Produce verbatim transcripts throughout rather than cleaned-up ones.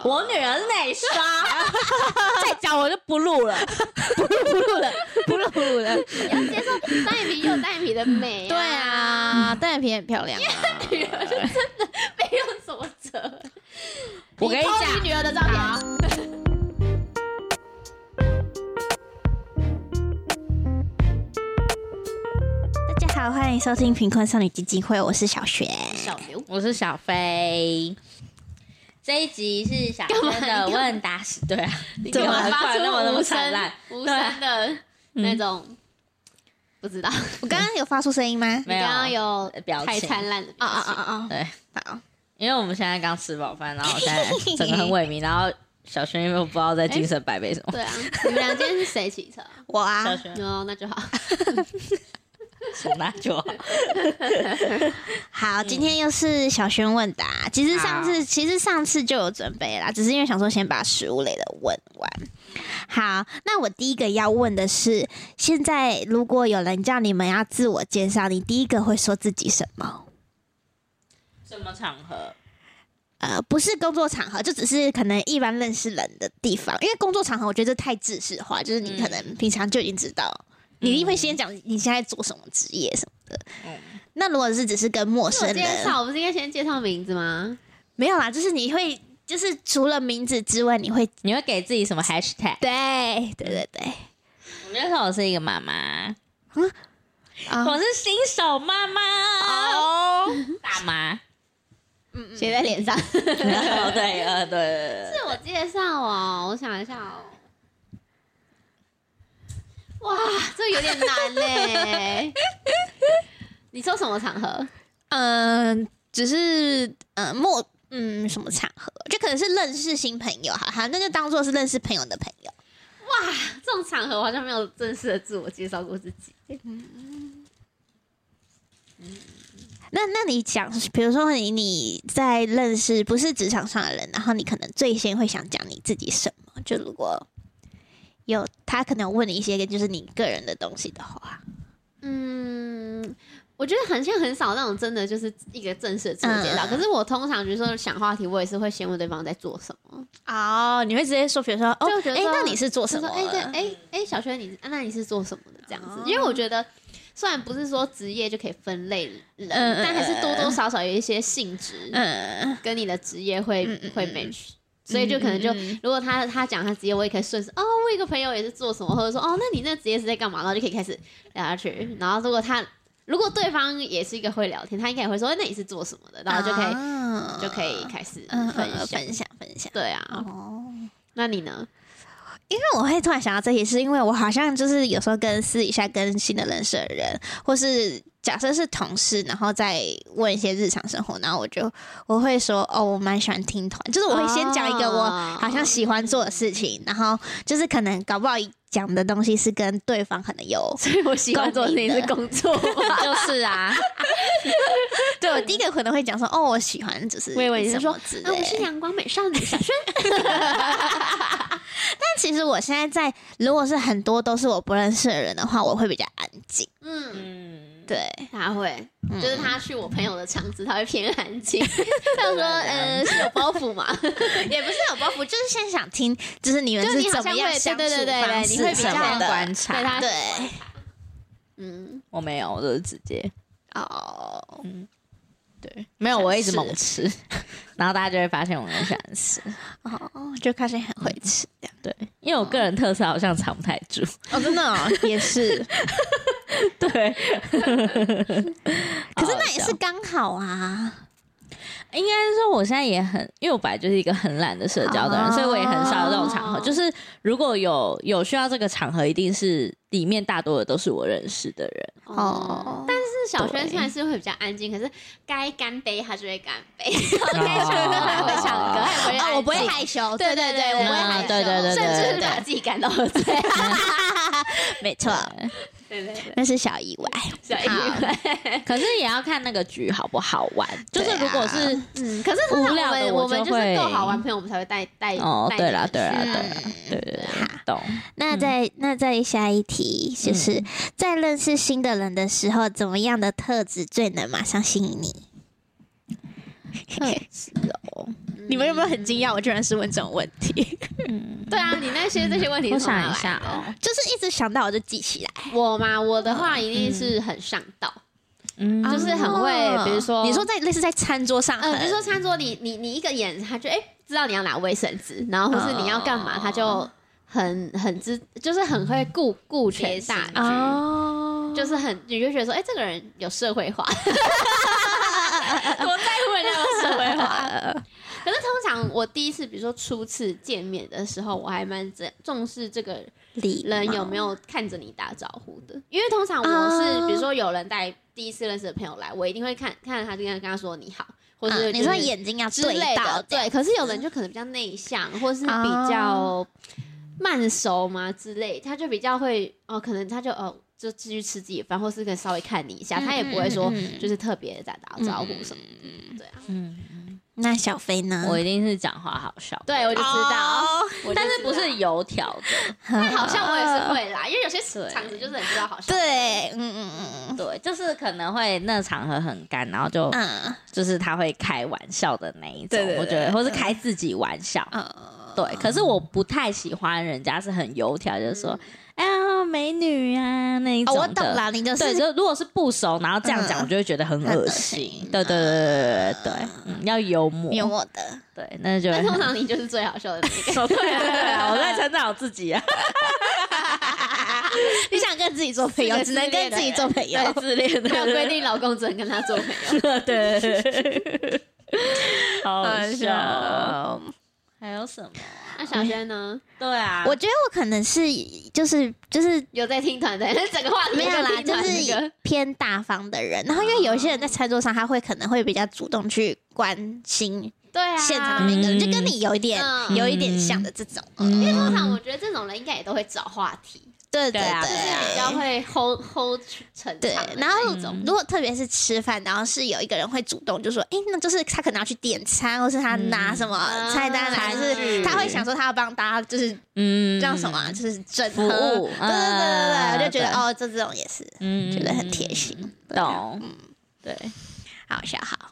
我女儿是内刷， 再讲我就不录了，不录不录了，不录不录了。 你要接受单眼皮也有单眼皮的美、啊。 对啊，单眼皮很漂亮、啊。 女儿就真的没有什么辙。 我跟你讲， 你女儿的照片。 大家好，欢迎收听贫困少女基金会，我是小璇， 小刘， 我是小飞。这一集是小轩的问答时，对啊， 你干嘛发出那么那么无灿烂声、无声的那种？嗯、不知道， 我刚刚有发出声音吗？ 你刚刚有太灿烂的啊啊啊啊！ 对， 好， 因为我们现在刚吃饱饭，然后我现在整个很萎靡，然后小轩又不知道在精神百倍什么。 对啊，你们俩今天是谁骑车？ 我啊， 小轩， 哦，那就好。 那就好。 好，今天又是小轩问答。其实上次，其实上次就有准备啦，只是因为想说先把食物类的问完。好，那我第一个要问的是，现在如果有人叫你们要自我介绍，你第一个会说自己什么？ 什么场合？ 呃，不是工作场合，就只是可能一般认识人的地方。因为工作场合，我觉得太制式化，就是你可能平常就已经知道。嗯你一定会先讲你现在做什么职业什么的。嗯，那如果是只是跟陌生人介绍，我不是应该先介绍名字吗？ 没有啦，就是你会，就是除了名字之外，你会你会给自己什么 hashtag？ 对对对对。 我就说我是一个妈妈，嗯啊、我是新手妈妈哦，大妈， 嗯，写在脸上。 哦，对，呃，对，对， 自我介绍哦，我想一下哦。哇，这有点难嘞！你说什么场合？ 嗯、呃，只是呃陌嗯什么场合，就可能是认识新朋友，好好，那就当做是认识朋友的朋友。 哇，这种场合我好像没有正式的自我介绍过自己。嗯嗯，那那你讲，比如说你你在认识不是职场上的人，然后你可能最先会想讲你自己什么？就如果有他可能问你一些就是你个人的东西的话， 嗯，我觉得很像很少那种真的就是一个正式的自我介绍。嗯、可是我通常比如说想话题，我也是会先问对方在做什么。 哦，你会直接说，比如说，哦，哎、欸，那你是做什么？ 哎，对，哎哎，小轩你，那你是做什么的？这样子，哦、因为我觉得虽然不是说职业就可以分类人，嗯、但还是多多少少有一些性质，嗯，跟你的职业会、嗯、会 match。所以就可能就，嗯、如果他他讲他职业，我也可以顺势哦，我有一个朋友也是做什么，或者说哦，那你那职业是在干嘛？然后就可以开始聊下去。然后如果他如果对方也是一个会聊天，他应该也会说，那你是做什么的？然后就可以、哦、就可以开始分享、嗯、 分享分享。 对啊，哦，那你呢？ 因为我会突然想到这些，是因为我好像就是有时候跟私底下跟新的认识的人，或是假设是同事，然后再问一些日常生活，然后我就我会说哦，我蛮喜欢听团，就是我会先讲一个我好像喜欢做的事情，然后就是可能搞不好讲的东西是跟对方可能有， 所以我喜欢做的事情是工作， 就是啊。 对，我第一个可能会讲说哦，我喜欢就是我以为你是说啊， 我是阳光美少女小轩。 但其实我现在在，如果是很多都是我不认识的人的话，我会比较安静。嗯，对， 他会，嗯、就是他去我朋友的场子，他会偏安静。他说，呃，是有包袱嘛？ 也不是有包袱，就是先想听，就是你们是怎么样相处方式， 对对对对，你会比较观察， 对， 嗯，我没有，我都是直接哦， 嗯。对，没有，我一直猛吃，然后大家就会发现我很喜欢吃， 哦，就发现很会吃这样。 对，因为我个人特色好像藏不太住。 哦，真的哦，也是。 对， 可是那也是刚好啊。 应该是说，我现在也很，因为我本来就是一个很懒的社交的人，哦、所以我也很少有这种场合。就是如果有有需要这个场合，一定是里面大多的都是我认识的人。 哦，但是小轩虽然是会比较安静，可是该干杯他就会干杯，该唱歌他会唱歌，他也不会、 哦，我不会害羞。对对对，我不会害羞， 对对对， 甚至把自己赶到喝醉。 没错。 对对对， 那是小意外， 小意外。 可是也要看那个局好不好玩。就是如果是、啊、 嗯，可是无聊的， 我们就是够好玩朋友，我们才会带带。 哦，对啦对啦对啦，对对对，懂。 那再、嗯、那再下一题，就是、嗯、在认识新的人的时候，怎么样的特质最能马上吸引你？ 特质哦， 你们有没有很惊讶？我居然是问这种问题。 嗯，对啊，你那些这些问题， 我想一下哦， 就是一直想到我就记起来。 我嘛，我的话一定是很上道。嗯，就是很会，比如说， 你说在类似在餐桌上， 嗯、呃，比如说餐桌你，你你你一个眼，他就哎、欸、知道你要拿卫生纸，然后或是你要干嘛，他就很很知，就是很会顾顾全大局，哦，就是很你就觉得说，哎、欸，这个人有社会化，多在乎人家有社会化。可是通常我第一次，比如说初次见面的时候，我还蛮重视这个人有没有看着你打招呼的，因为通常我是、啊、比如说有人带第一次认识的朋友来，我一定会看看着他，跟跟他说你好，或者、就是嗯、你说眼睛要对到， 对。可是有人就可能比较内向，或是比较慢熟嘛之类，他就比较会哦，可能他就哦就继续吃自己的饭，或是可以稍微看你一下，嗯、他也不会说就是特别在打招呼什么的，嗯、对啊，嗯。 那小飞呢？ 我一定是讲话好笑， 对我就知道，哦、 我但是不是油条的， 太好笑我也是会啦，因为有些场子就是很知道好笑。 对，嗯嗯嗯， 对，就是可能会那场合很干，然后就、嗯、就是他会开玩笑的那一种，对对对，我觉得或是开自己玩笑，嗯，对。可是我不太喜欢人家是很油条，就是说。嗯哎呀，美女啊，那一种的， 哦、我懂了，你就是对，就如果是不熟，然后这样讲，嗯、我就会觉得很恶心。对对对对对对，嗯，要幽默， 幽默的， 对，那就。 但通常你就是最好笑的那个。 对啊对啊，我在称赞我自己啊。 你想跟自己做朋友，只能跟自己做朋友， 对，自恋的，没有规定老公只能跟他做朋友。 对对对，好笑。还有什么、啊？ 那小轩呢？ 对啊， 我觉得我可能是就是就是有在听团的，整个话题没有啦，就是偏大方的人。然后因为有一些人在餐桌上，他会可能会比较主动去关心。 对啊， 现场的每个人、嗯、就跟你有一点、嗯、有一点像的这种， 嗯、因为通常我觉得这种人应该也都会找话题。 对对对， 就是比较会 hold hold 成对，然后如果特别是吃饭，然后是有一个人会主动就说，哎，那就是他可能要去点餐，或是他拿什么菜单来，嗯、就是他会想说他要帮大家，就是嗯，叫什么、啊，就是整合，对对对对对，我就觉得哦，这这种也是，嗯，觉得很贴心， 懂，嗯，对， 好笑好。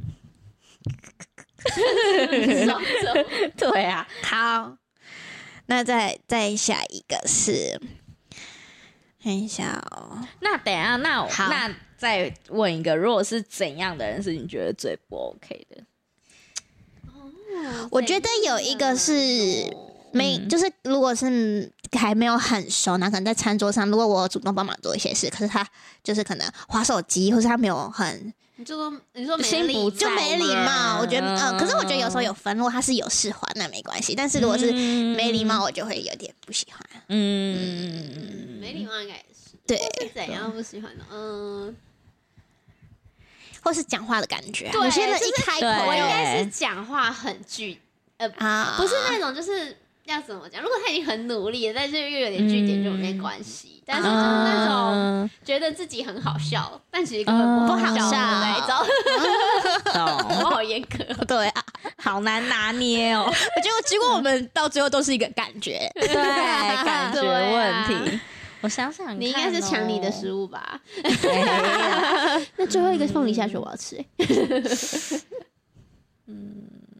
对啊， 好，那再再下一个是。看一下哦， 那等一下，那我那再问一个，如果是怎样的人是你觉得最不 OK 的？ 哦，我觉得有一个是没，嗯、就是如果是还没有很熟，那可能在餐桌上，如果我主动帮忙做一些事，可是他就是可能滑手机，或是他没有很。 你就说，你说没礼就没礼貌，我觉得，嗯、呃，可是我觉得有时候有分，如果他是有事还，那没关系。但是如果是没礼貌，我就会有点不喜欢。 嗯，嗯没礼貌应该也是。 对， 是怎样不喜欢的？嗯， 或是讲话的感觉、啊。 有些人一开口， 我应该是讲话很句，呃，啊、不是那种就是。要怎么讲？如果他已经很努力了，但是又有点句点就没关系。嗯、但是就是那种觉得自己很好笑，但其实根本不好笑的那一种。懂，我好严格。 对啊， 好难拿捏哦。 我觉得结果我们到最后都是一个感觉， 对，感觉问题。啊、我想想看、哦， 你应该是抢你的食物吧？那最后一个凤梨下雪我要吃、欸。嗯。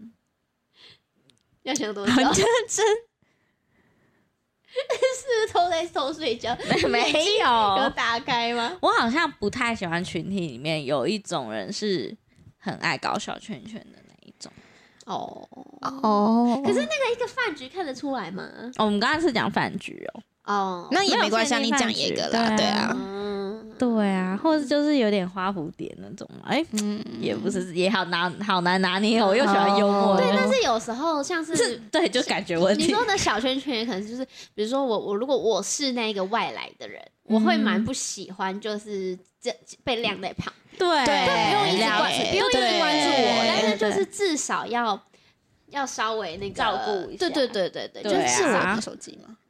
要想多久？ 很认真， 是偷在偷睡觉？ 没有， 有打开吗？ 我好像不太喜欢群体里面有一种人是很爱搞小圈圈的那一种。 哦哦，可是那个一个饭局看得出来吗？ 哦、我们刚才是讲饭局哦。 哦，那也没关系，你讲一个啦，对啊。 嗯，对啊，或者就是有点花蝴蝶那种，哎、欸，嗯，也不是，也好拿，好难拿捏。我又喜欢幽默， 对，但是有时候像是， 是对，就感觉问题。 你说的小圈圈，可能就是，比如说我，我如果我是那个外来的人，嗯、我会蛮不喜欢，就是这被晾在旁边， 对， 不用一直关，不用一直关注我，但是就是至少要要稍微那个照顾一下， 对对对对对， 就是是我的手机吗？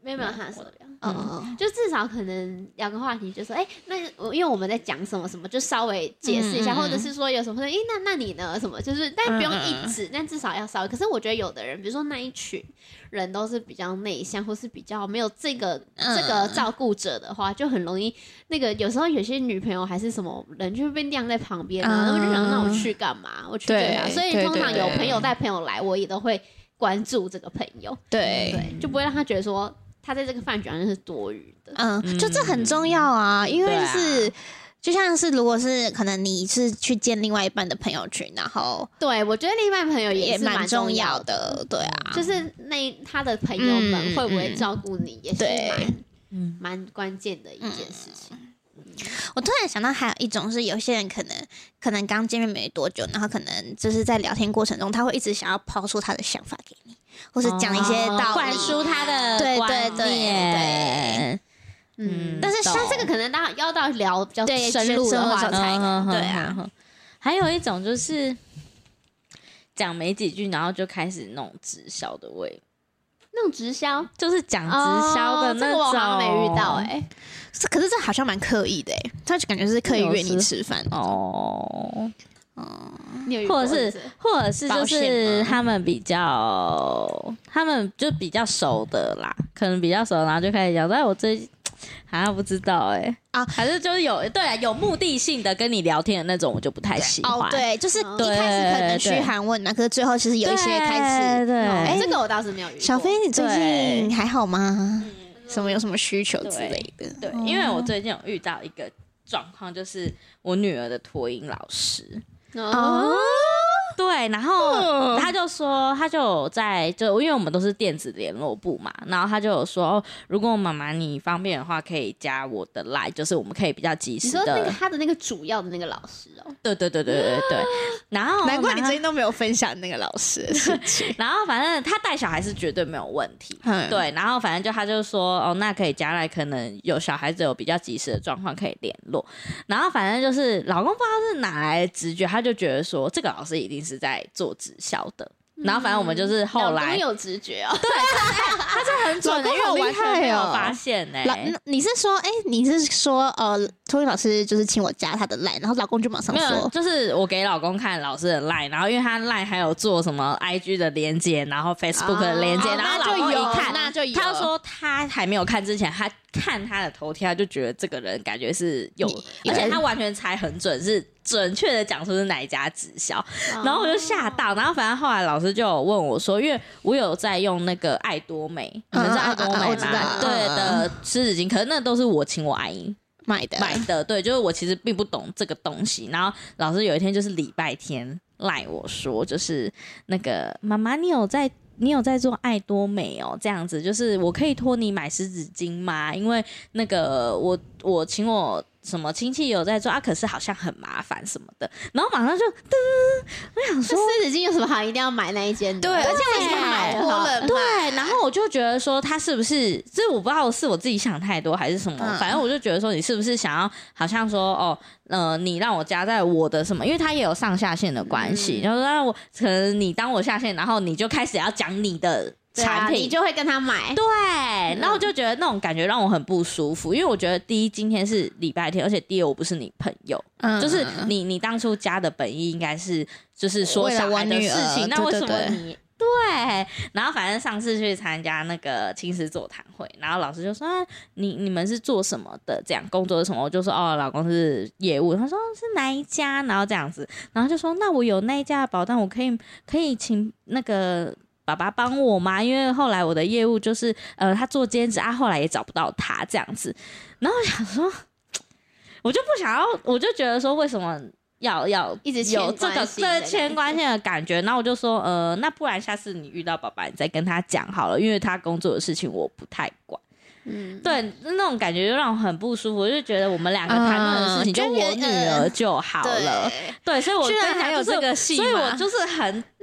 没有没有他的手表。 嗯， 就至少可能聊个话题，就说，哎、欸，那因为我们在讲什么什么，就稍微解释一下，嗯、或者是说有什么，哎、欸，那那你呢？什么？就是，但不用一直，嗯、但至少要稍微。可是我觉得有的人，比如说那一群人都是比较内向，或是比较没有这个、嗯、这个照顾者的话，就很容易那个有时候有些女朋友还是什么人就会被晾在旁边啊，然后、嗯、就想那我去干嘛？我去对啊。所以通常有朋友带朋友来，我也都会关注这个朋友， 对对，就不会让他觉得说。他在这个饭局好像是多余的， 嗯，就这很重要啊，因为是、啊、就像是如果是可能你是去见另外一半的朋友群，然后对我觉得另外朋友也是蛮重要的，对啊， 就是那他的朋友们会不会照顾你，也是蛮蛮关键的一件事情。嗯我突然想到，还有一种是有些人可能可能刚见面没多久，然后可能就是在聊天过程中，他会一直想要抛出他的想法给你，或是讲一些道理， 灌输他的对对对对， 嗯，但是像这个可能当然要到聊比较深入的话才对啊。 还有一种就是讲没几句，然后就开始那种直销的味。 那种直销就是讲直销的那种， 哦、这个我好像没遇到哎、 欸，可是这好像蛮刻意的哎、欸，他就感觉是刻意约你吃饭哦哦， 或者是或者是就是他们比较他们就比较熟的啦，可能比较熟，然后就开始讲，但我最好像不知道哎、欸、啊，还是就是有对啊有目的性的跟你聊天的那种，我就不太喜欢。 哦，对，就是一开始可能嘘寒问暖，可是最后其实有一些开始， 对，哎、 欸，这个我倒是没有遇过。 小飞，你最近还好吗？什么有什么需求之类的？ 对，对，因为我最近有遇到一个状况，就是我女儿的托婴老师哦。对，然后他就说，他就有在就因为我们都是电子联络部嘛，然后他就有说，哦、如果妈妈你方便的话，可以加我的 line， 就是我们可以比较及时的。 你说那个他的那个主要的那个老师哦？ 对对对对对对。然后难怪你最近都没有分享那个老师的事情。 然后反正他带小孩是绝对没有问题，对。然后反正就他就说，哦，那可以加 line， 可能有小孩子有比较及时的状况可以联络。然后反正就是老公不知道是哪来的直觉，他就觉得说这个老师一定是在做直销的，然后反正我们就是后来很有直觉哦， 对，他是很准的，因为我完全没有发现哎、 欸。你是说，哎、欸，你是说，呃，托婴老师就是请我加他的 line， 然后老公就马上说， 没有，就是我给老公看老师的 line， 然后因为他 line 还有做什么 I G 的连接，然后 Facebook 的连接、哦，然后老公一看， 那就有， 他就说他还没有看之前，他看他的头贴，他就觉得这个人感觉是有，而且他完全猜很准，是准确的讲出是哪一家直销，然后我就吓到，然后反正后来老师就有问我说，因为我有在用那个爱多美，你们知道爱多美吗？ 嗯嗯嗯、我知道， 对的湿纸巾，可是那都是我请我阿姨买的买的，对，就是我其实并不懂这个东西，然后老师有一天就是礼拜天赖我说，就是那个妈妈，你有在。你有在做爱多美哦？这样子就是我可以托你买湿纸巾吗？因为那个我我请我什么亲戚有在做啊，可是好像很麻烦什么的，然后马上就噔，我想说湿纸巾有什么好一定要买那一间的？ 对，而且我已经买过了。 对，然后我就觉得说他是不是，这我不知道是我自己想太多还是什么，嗯、反正我就觉得说你是不是想要好像说哦。呃，你让我加在我的什么？因为他也有上下线的关系，然后让我可能你当我下线，然后你就开始要讲你的产品， 啊、你就会跟他买。 对，嗯、然后我就觉得那种感觉让我很不舒服，因为我觉得第一今天是礼拜天，而且第二我不是你朋友，嗯、就是你你当初加的本意应该是就是说小孩的事情，那为什么你？对，然后反正上次去参加那个亲子座谈会，然后老师就说、啊、你你们是做什么的？这样工作是什么？我就说哦，老公是业务。他说是哪一家？然后这样子，然后就说那我有那一家的保单，我可以可以请那个爸爸帮我吗？因为后来我的业务就是呃他做兼职啊，后来也找不到他这样子。然后我想说，我就不想要，我就觉得说为什么？要要一直有这个这牵关线的感觉，然后我就说，呃，那不然下次你遇到爸爸，你再跟他讲好了，因为他工作的事情我不太管。嗯，对，那种感觉就让我很不舒服，我就觉得我们两个谈论的事情就我女儿就好了。嗯、对, 对，所以我居然还有这个戏， 所以我就是很，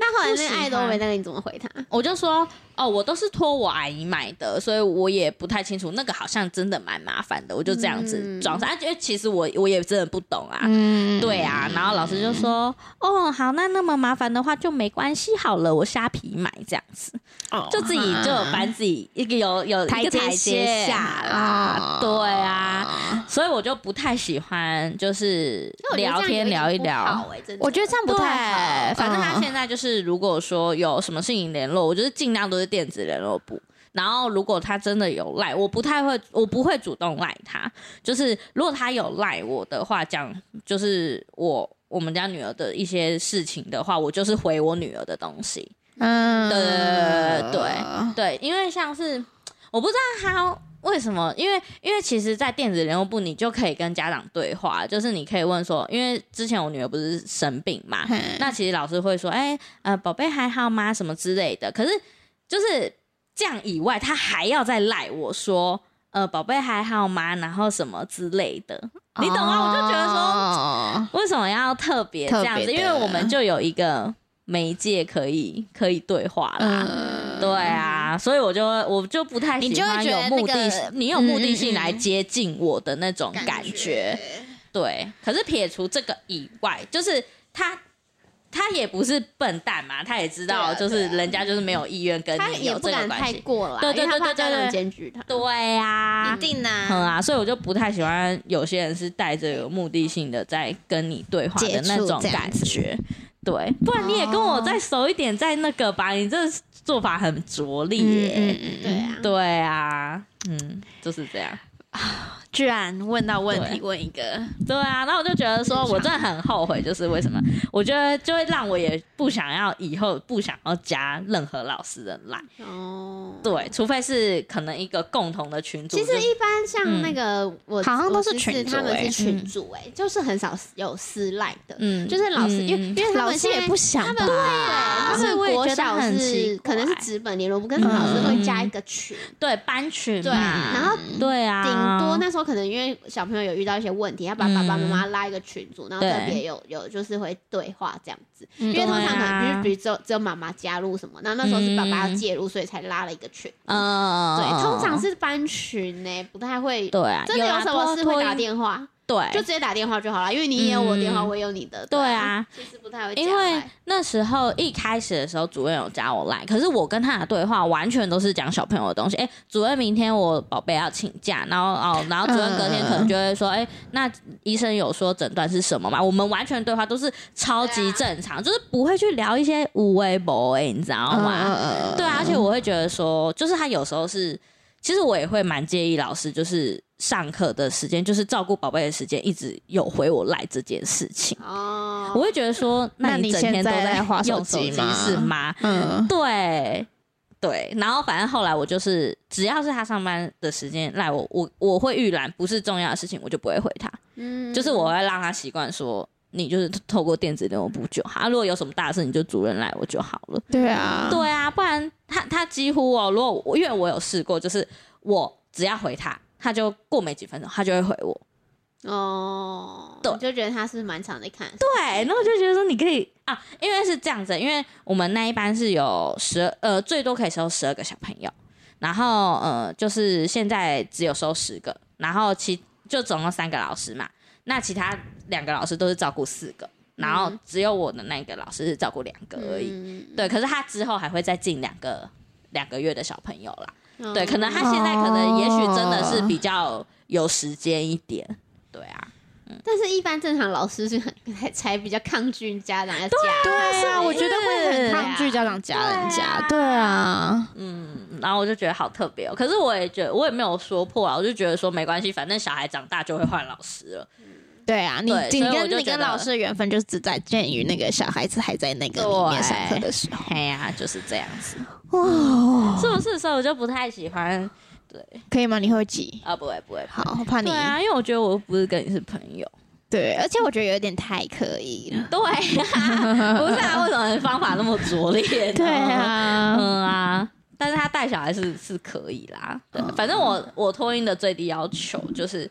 那后来那个爱多美那个你怎么回他？ 我就说哦，我都是托我阿姨买的，所以我也不太清楚，那个好像真的蛮麻烦的，我就这样子装上。因为其实我我也真的不懂啊，嗯、对啊。然后老师就说哦，好，那那么麻烦的话就没关系好了，我虾皮买这样子，哦、就自己就有帮自己一个有有一个台阶下啦，对啊。所以我就不太喜欢就是聊天聊一聊， 我觉得这样不太好。 反正他现在就是如果说有什么事情联络，我就是尽量都是电子联络簿。然后如果他真的有赖，我不太会，我不会主动赖他。就是如果他有赖我的话，讲就是我我们家女儿的一些事情的话，我就是回我女儿的东西。嗯，对对对对，因为像是我不知道他为什么，因为因为其实，在电子联络簿你就可以跟家长对话，就是你可以问说，因为之前我女儿不是生病嘛，那其实老师会说，哎、欸，呃，宝贝还好吗？什么之类的。可是就是这样以外，他还要再赖我说，呃，宝贝还好吗？然后什么之类的，你懂吗？哦、我就觉得说，为什么要特别这样子？因为我们就有一个媒介可以可以对话啦。嗯对啊，所以我就我就不太喜欢有目的性，你有目的性来接近我的那种感觉。感觉对，可是撇除这个以外，就是他他也不是笨蛋嘛，他也知道就是人家就是没有意愿跟你有这个关系，他也不敢太过了， 对对对对对， 检举他， 对啊， 一定啊， 嗯啊，所以我就不太喜欢有些人是带着有目的性的在跟你对话的那种感觉。对，不然你也跟我再熟一点，在那个吧，你这做法很拙劣耶。 嗯嗯嗯，对啊， 对啊，嗯，就是这样。 居然问到问题，问一个， 对啊，那我就觉得说，我真的很后悔，就是为什么？我觉得就会让我也不想要以后不想要加任何老师的赖哦，对，除非是可能一个共同的群组。 其实一般像那个、嗯、我好像都是群组、欸， 他们是群组哎、欸嗯，就是很少有私赖的，嗯，就是老师，嗯、因为因为他们老师也不想吧， 他们对，他们国小是可能是纸本联络簿，可是老师会加一个群， 嗯、对，班群， 对，然后对啊， 顶多那时候可能因为小朋友有遇到一些问题，他把爸爸妈妈拉一个群组，然后特别有有就是会对话这样子，因为通常可能比如只有只有妈妈加入什么，然后那时候是爸爸要介入，所以才拉了一个群。嗯，对，通常是班群呢、欸，不太会。 对啊， 真的有什么事会打电话。 对， 就直接打电话就好了，因为你也有我电话，嗯、我也有你的。 对啊， 其实不太会加。 因为那时候一开始的时候，主任有加我来，可是我跟他的对话完全都是讲小朋友的东西。哎、欸，主任明天我宝贝要请假，然后哦，然后主任隔天可能就会说，哎、欸，那医生有说诊断是什么吗？我们完全对话都是超级正常，啊、就是不会去聊一些无微博哎，你知道吗？嗯、对啊，而且我会觉得说，就是他有时候是。其实我也会蛮介意老师就是上课的时间，就是照顾宝贝的时间，一直有回我赖这件事情。哦，我会觉得说，那你整天都在滑手机是吗？嗯，对对。然后反正后来我就是，只要是他上班的时间赖我，我我会预览不是重要的事情，我就不会回他。嗯，就是我会让他习惯说。你就是透过电子联络簿就好、啊，如果有什么大事，你就主任来我就好了。 对啊， 对啊，不然他他几乎哦，如果我因为我有试过，就是我只要回他，他就过没几分钟，他就会回我。 哦，对，就觉得他是蛮常在看。 对，然后我就觉得说你可以啊，因为是这样子，因为我们那一班是有十呃最多可以收十二个小朋友，然后呃就是现在只有收十个，然后其就总共三个老师嘛。那其他两个老师都是照顾四个，然后只有我的那个老师是照顾两个而已。嗯、对，可是他之后还会再进两个两个月的小朋友啦。嗯、对，可能他现在可能也许真的是比较有时间一点。对啊，嗯、 但是一般正常老师是很才比较抗拒家长要加。 对啊，我觉得会很抗拒家长加人家。对啊， 嗯，然后我就觉得好特别哦。可是我也觉得我也没有说破啊，我就觉得说没关系，反正小孩长大就会换老师了。 对啊，你你跟你跟老师的缘分就只在建于那个小孩子还在那个里面上课的时候。 哎呀、啊，就是这样子。哇，是不是？所以我就不太喜欢。对， 可以吗？你会挤啊？不会，不会。 好，我怕你。 对啊，因为我觉得我不是跟你是朋友。 对，而且我觉得有点太刻意了。 对啊，不是啊？为什么方法那么拙劣？ 对啊， 嗯啊。但是他带小孩是是可以啦。对，反正我我托婴的最低要求就是。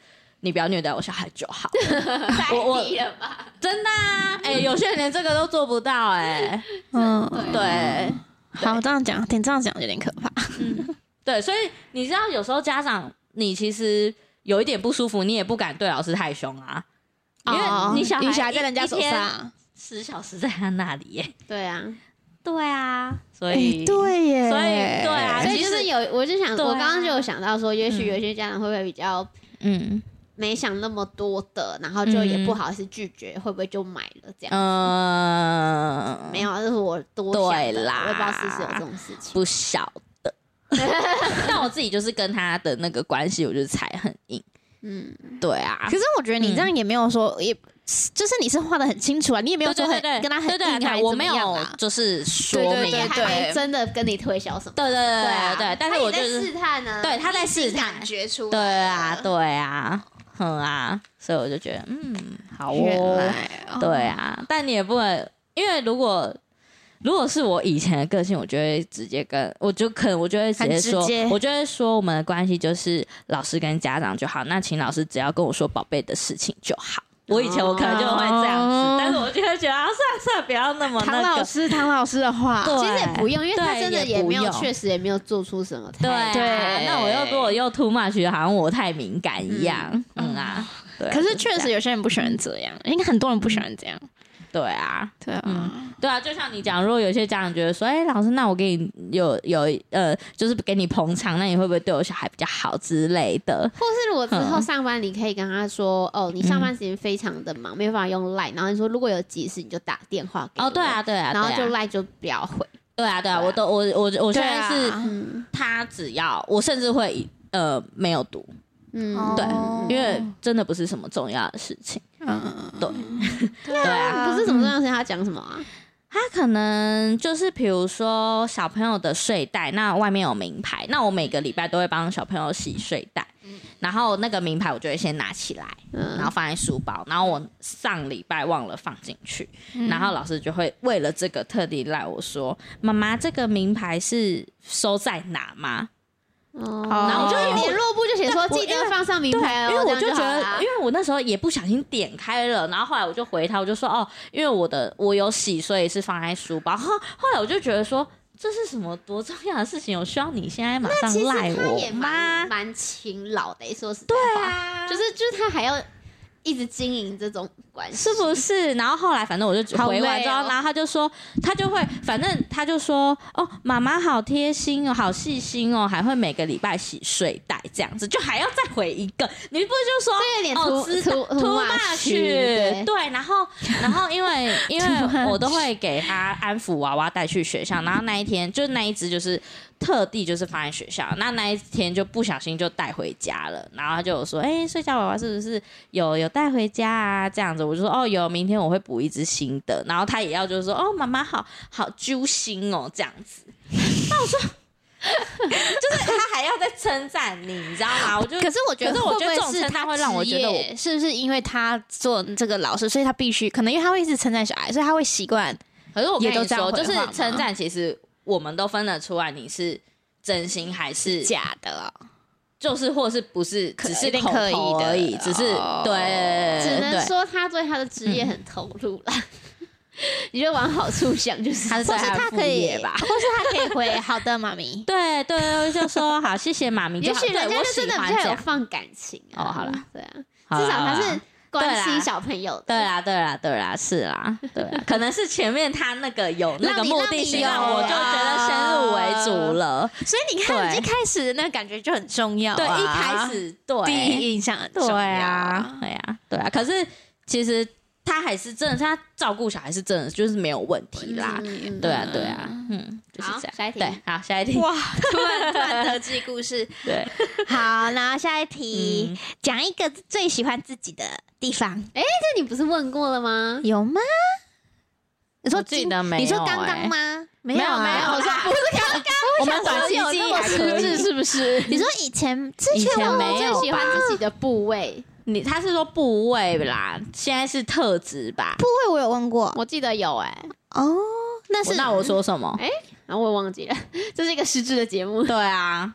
你不要虐待我小孩就好。 太低了吧？ 真的啊，哎、欸，有些人连这个都做不到、欸，哎，嗯，对，对好，这样讲，听这样讲有点可怕。 嗯，对，所以你知道，有时候家长你其实有一点不舒服，你也不敢对老师太凶啊，因为你小孩、 哦、小孩在人家手上， 十小时在他那里耶。 对啊， 对啊，所以、 欸、对耶， 所以对啊， 所以就是有，我就想， 啊、 我刚刚就有想到说，也许有些家长会不会比较嗯。没想那么多的，然后就也不好意思拒绝，嗯、会不会就买了这样子？嗯，没有，这是我多想的，我也不知道是不是有这种事情， 不晓得。但我自己就是跟他的那个关系，我就是踩很硬。嗯，对啊。 可是我觉得你这样也没有说，嗯、也就是你是画得很清楚啊，你也没有说很对对对跟他很硬， 对对对， 还我没有就是说明， 对对对对，真的跟你推销什么？ 对对对对对，但是我就是试探呢， 对，他在试探， 感觉出来。 对啊，对啊。嗯啊，所以我就觉得，嗯，好哦， 哦对啊，但你也不能，因为如果如果是我以前的个性，我就会直接跟，我就可能我就会直接说， 接我就会说我们的关系就是老师跟家长就好，那请老师只要跟我说宝贝的事情就好。我以前我可能就会这样子，哦、但是我就会觉得啊，算了算了，不要那么那个。 唐老师，唐老师的话， 其实也不用，因为他真的也没有，确实也没有做出什么太。 对对，那我又如果又 too much， 好像我太敏感一样，嗯, 嗯啊。对啊， 可是确实有些人不喜欢这样，应该很多人不喜欢这样。 对啊， 对啊， 嗯，对啊，就像你讲，如果有些家长觉得说，哎、欸，老师，那我给你有有呃，就是给你捧场，那你会不会对我小孩比较好之类的？ 或是如果之后上班，你可以跟他说，嗯、哦，你上班时间非常的忙，嗯、没有办法用 Line， 然后你说如果有急事，你就打电话给我。 哦，对啊，对啊， 然后就 Line 就不要回。 对啊，对啊，我都我我我现在是，啊、他只要我甚至会呃没有读。嗯，对，因为真的不是什么重要的事情。嗯，对， 对啊，不是什么重要的事情，他讲什么啊？ 他可能就是比如说小朋友的睡袋，那外面有名牌，那我每个礼拜都会帮小朋友洗睡袋，嗯、然后那个名牌我就会先拿起来，嗯、然后放在书包，然后我上礼拜忘了放进去，嗯、然后老师就会为了这个特地赖我说：“妈妈，这个名牌是收在哪吗？” 哦，然后我就联络部就写说记得放上名牌哦， 因为我就觉得，因为我那时候也不小心点开了，然后后来我就回他，我就说哦，因为我的我有洗，所以是放在书包。后后来我就觉得说，这是什么多重要的事情？有需要你现在马上赖我吗？ 蛮勤劳的，说实在话，对啊， 就是就是他还要一直经营这种关系， 是不是？然后后来反正我就回完之后，哦、然后他就说，他就会，反正他就说，哦，妈妈好贴心哦，好细心哦，还会每个礼拜洗睡袋这样子，就还要再回一个，你不就说这有点哦，知道 too much， 对, 对，然后然后因为因为我都会给他安抚娃娃带去学校，然后那一天就那一只就是特地就是放在学校，那那一天就不小心就带回家了，然后他就有说，哎、欸，睡觉娃娃是不是有有带回家啊？这样子，我就说哦有，明天我会补一只新的，然后他也要就是说哦妈妈好好揪心哦这样子，那我说就是他还要再称赞你，你知道吗？我就可是我觉得， 可是我觉得这种称赞会让我觉得我是不是因为他做这个老师，所以他必须可能因为他会一直称赞小孩，所以他会习惯。 可是我跟你说，就是称赞其实我们都分得出来你是真心还是假的、哦。 就是或是不是只是口头而已，只是、哦、对， 只能说他对他的职业很投入啦。嗯、你就往好处想，就是他是对他的副业吧， 或是他可以回好的妈咪， 对对，就说好谢谢妈咪。 也许人家就真的比较有放感情啊。 哦，好啦， 对啊，至少他是关心小朋友的。 对啦，对啦，对啦，是啦，对啦，可能是前面他那个有那个目的性，让我就觉得先入为主了。 所以你看，一开始那个感觉就很重要、啊。 对，一开始对第一印象很重要。 对啊，对啊，对啊。可是其实他还是真的，他照顾小孩是真的就是没有问题啦。嗯、对啊，对啊，嗯，就是这样。 下一题， 对，好，下一题。 哇，突然突然得知故事。 对， 好，然后下一题，讲、嗯、一个最喜欢自己的地方。 哎、欸，这你不是问过了吗？ 有吗？你说记得没有、欸？ 你说刚刚吗？ 没有，没有，没有。 我说不是刚刚。 我们短期记忆还可以， 是不是？你说以前之前我没有喜欢自己的部位。 你他是说部位啦，现在是特质吧？ 部位我有问过， 我记得有哎、欸。 哦，那是那我说什么？ 哎、欸，然后我也忘记了，这是一个实质的节目。 对啊，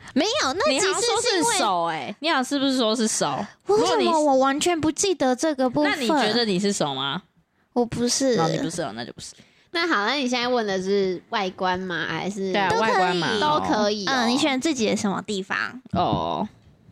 没有，那你好像说是是手哎、欸，你好像是不是说是手？ 为什么我完全不记得这个部分？ 那你觉得你是手吗？ 我不是， 哦，你不是哦，那就不是。 那好，那你现在问的是外观吗？还是对啊，外观嘛， 都可以、哦。 嗯，你选自己的什么地方？ 哦，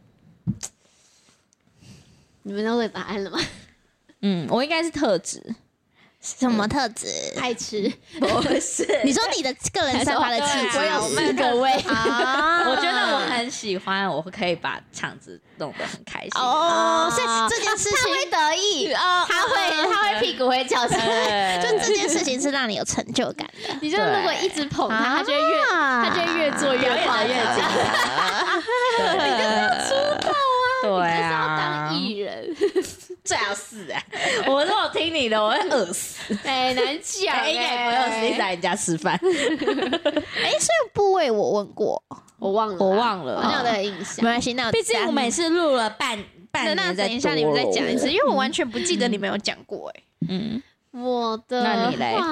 你们都有答案了吗？ 嗯，我应该是特质。 什么特质？ 爱吃？ 不是， 你说你的个人散发的气质， 我有四个味啊。我觉得我很喜欢，我可以把场子弄得很开心哦。所以这件事情他会得意，他会他会屁股会翘起来， 就这件事情是让你有成就感的。 你就如果一直捧他，他就会越他就会越做越好，越紧张。你就是要出道啊， 对啊， 你就是要当艺人。 最好是哎、欸，我如果听你的，我会饿死。 哎、欸，难讲、欸， 应该也不会饿死，一直在人家吃饭。 哎、欸，所以部位我问过， 我忘了， 我忘了， 好像有点印象。 没关系，那毕竟我每次录了半半年， 那等一下你们再讲一次，因为我完全不记得你们有讲过哎、欸。 嗯， 我的那你嘞？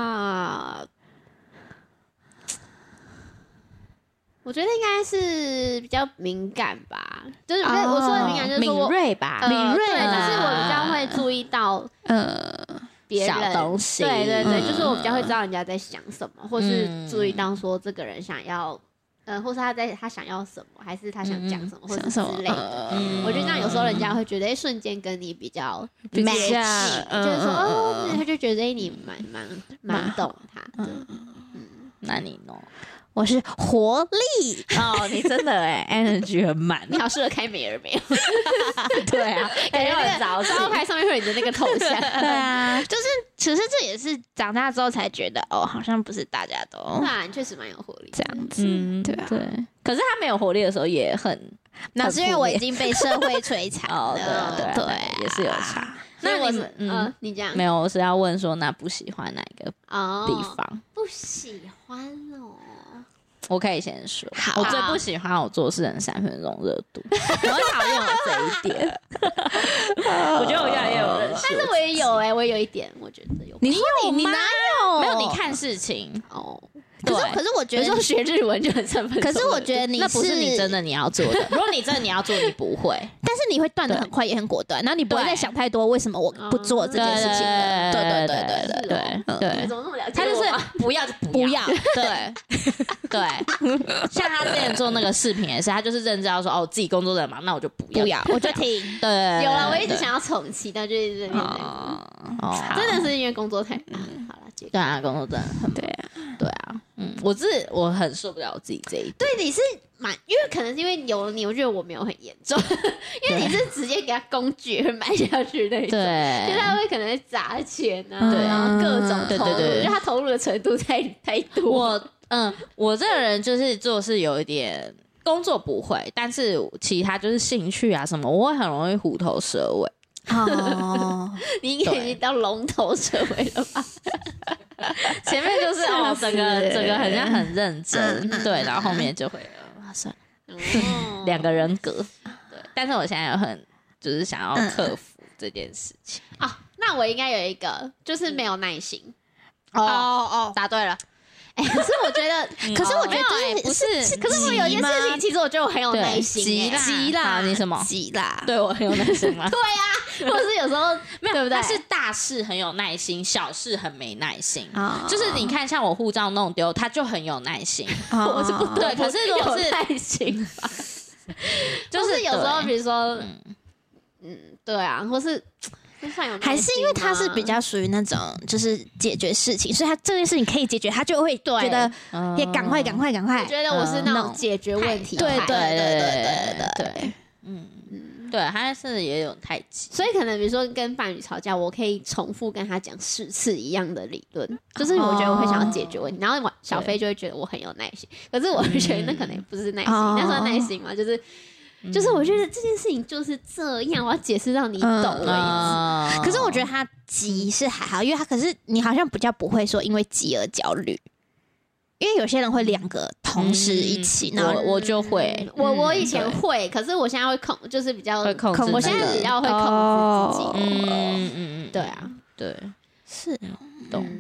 我觉得应该是比较敏感吧，就是我我说的敏感就是敏锐吧， 敏锐，就是我比较会注意到呃别人小东西， 对对对，就是我比较会知道人家在想什么，或是注意到说这个人想要呃，或是他在他想要什么，还是他想讲什么，或是之类的。我觉得这样有时候人家会觉得，哎，瞬间跟你比较接近，就是说哦，他就觉得哎，你蛮蛮蛮懂他的。嗯， 那你呢？ 我是活力哦，你真的哎、欸、，energy 很满， 你好适合开美而美哦。 对啊，感觉很早起， 招牌上面会有你的那个头像。 对啊，就是其实这也是长大之后才觉得，哦，好像不是大家都对啊，你确实蛮有活力这样子， 嗯， 对啊， 对。可是他没有活力的时候也很， 那是因为我已经被社会摧残了， 哦，对对对，也是有差。 那我是嗯，你讲没有，我是要问说，那不喜欢哪一个地方？ 不喜欢哦。 我可以先说， 好我最不喜欢我做事人三分钟热度，我很讨厌我这一点。我觉得我越来越有认识， 但是我也有哎、欸，我也有一点，我觉得有。 你有你哪有？ 没有，你看事情哦。 可是可是我觉得说学日文就很三分钟， 可是我觉得你那不是你真的你要做的。如果你真的你要做，你不会， 但是你会断得很快，也很果断，然后你不会再想太多，为什么我不做这件事情了？对对对对对对对， 你怎么那么了解？ 他就是不要就不要，对对。像他之前做那个视频也是，他就是认知到说哦，自己工作的忙，那我就不要， 不要，我就停。 对， 有了，我一直想要重启，但就一直在哦，真的是因为工作太忙。好了， 对啊，工作真的很对啊， 对啊，嗯，我是我很受不了我自己这一点。 对，你是蛮，因为可能是因为有了你，我觉得我没有很严重，因为你是直接给他工具会买下去那种， 对， 就他会可能会砸钱啊，对，然后各种投入，我觉得他投入的程度太太多。 我嗯，我这个人就是做事有一点工作不会，但是其他就是兴趣啊什么，我会很容易虎头蛇尾。 哦， 你应该已经到龙头蛇尾了吧？ 前面就是哦，整个整个好像很认真，对，然后后面就会啊算了，两个人格，对。但是我现在有很就是想要克服这件事情啊。那我应该有一个，就是没有耐心。 哦哦， 答对了。 哎、欸，可是我觉得， 可是我觉得就是不是， 可是我有一件事情，其实我觉得我很有耐心、欸， 急急啦，你什么急啦？ 对我很有耐心吗？ 对呀、啊，或是有时候没有， 对不对？ 他是大事很有耐心，小事很没耐心。 哦、 就是你看，像我护照弄丢，他就很有耐心。 哦、 我是不对，可是如果是耐心吧， 就是有时候，比如说，嗯嗯，对啊，或是。 还是因为他是比较属于那种就是解决事情，所以他这件事情可以解决，他就会觉得也赶快赶快赶快。 我觉得我是那种解决问题， 对对对对对对对， 嗯嗯，对，他是也有太急， 所以可能比如说跟伴侣吵架，我可以重复跟他讲十次一样的理论，就是我觉得我会想要解决问题，然后小飞就会觉得我很有耐心，可是我会觉得那可能不是耐心，那算耐心嘛，就是。就是我觉得这件事情就是这样，我要解释让你懂为止。 嗯嗯、可是我觉得他急是还好，因为他可是你好像比较不会说因为急而焦虑，因为有些人会两个同时一起。 嗯、我我就会， 嗯、我我以前会，可是我现在会控，就是比较会控制、那個， 我现在比较会控制自己。 嗯嗯嗯， 对啊， 对， 是懂。 嗯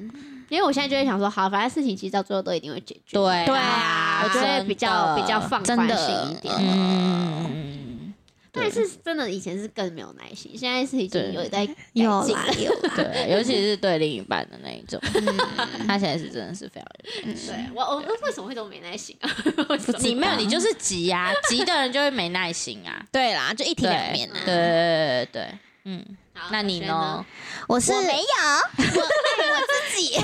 因为我现在就会想说，好，反正事情其实到最后都一定会解决。 对对啊， 我觉得比较比较放宽心一点。 嗯， 但是真的以前是更没有耐心，现在是已经有在改进有了。 啦有啦， 对，尤其是对另一半的那一种，他现在是真的是非常有耐心。 对我我为什么会都没耐心啊？ 你没有，你就是急啊，急的人就会没耐心啊。 对啦，就一体两面啊。 对对对对，嗯。 好那你呢？ 我是我没有，我爱我自己。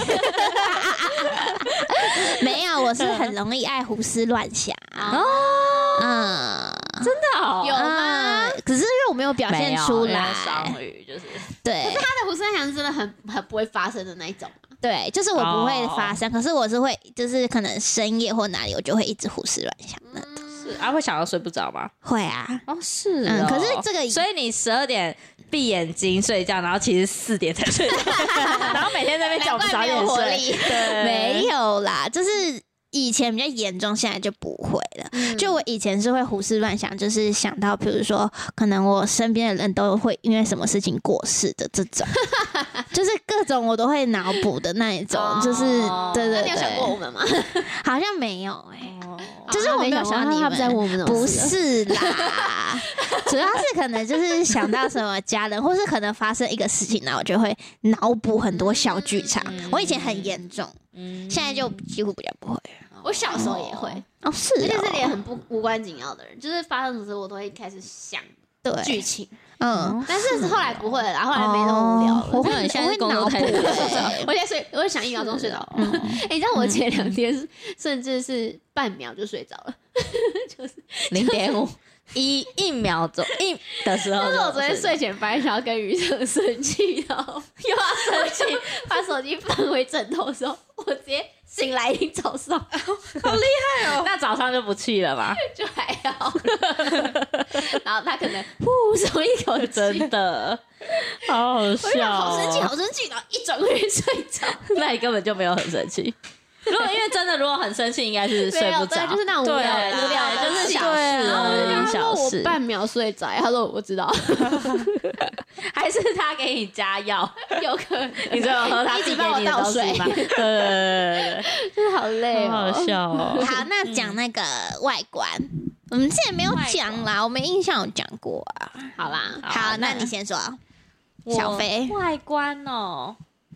没有，我是很容易爱胡思乱想。 哦， 嗯， 真的哦， 有吗？ 嗯可是因为我没有表现出来， 双语就是对他的胡思乱想是真的很很不会发生的那一种。 对，就是我不会发生，可是我是会，就是可能深夜或哪里，我就会一直胡思乱想的。 是啊，会想到睡不着吗？ 会啊， 哦，是嗯，可是这个， 所以你十二点闭眼睛睡觉，然后其实四点才睡着，然后每天在那边叫我们早点睡，对， 没有啦，就是。以前比较严重，现在就不会了。嗯、就我以前是会胡思乱想，就是想到，比如说，可能我身边的人都会因为什么事情过世的这种，就是各种我都会脑补的那一种，哦、就是对对对。 那你有想过我们吗？ 好像没有哎、欸，哦、就是我没有想到你们， 他不在我们不是啦，主要是可能就是想到什么家人，或是可能发生一个事情，然后我就会脑补很多小剧场。嗯、我以前很严重。嗯，现在就几乎比较不会。 我小时候也会哦，是， 而且是连很不无关紧要的人，就是发生什么事我都会开始想剧情。嗯，但是后来不会了，后来没那么无聊了。 我会， 现在工作太累， 我现在睡，我会想一秒钟睡着。嗯，哎，你知道我前两天甚至是半秒就睡着了，就是零点五。一一秒钟一的时候， 就是我昨天睡前本来想要跟雨生生气，然后又要生气，把手机放回枕头的时候，我直接醒来已经早上， 好厉害哦！那早上就不气了吧？ 就还好，然后他可能呼松一口气， 真的好好笑、哦， 好生气，好生气，然后一转过去睡着， 那你根本就没有很生气。如果因为真的，如果很生气，应该是睡不着， 就是那种无聊无聊， 就是小事。 然后我就跟他说我半秒睡着，他说我知道， 还是他给你加药， 有可能。 你知道喝他一直帮我倒水吗？对对对， 就是好累哦，好笑哦。 好，那讲那个外观，我们之前没有讲啦，我没印象有讲过啊。 好啦， 好，那你先说，小飞外观哦。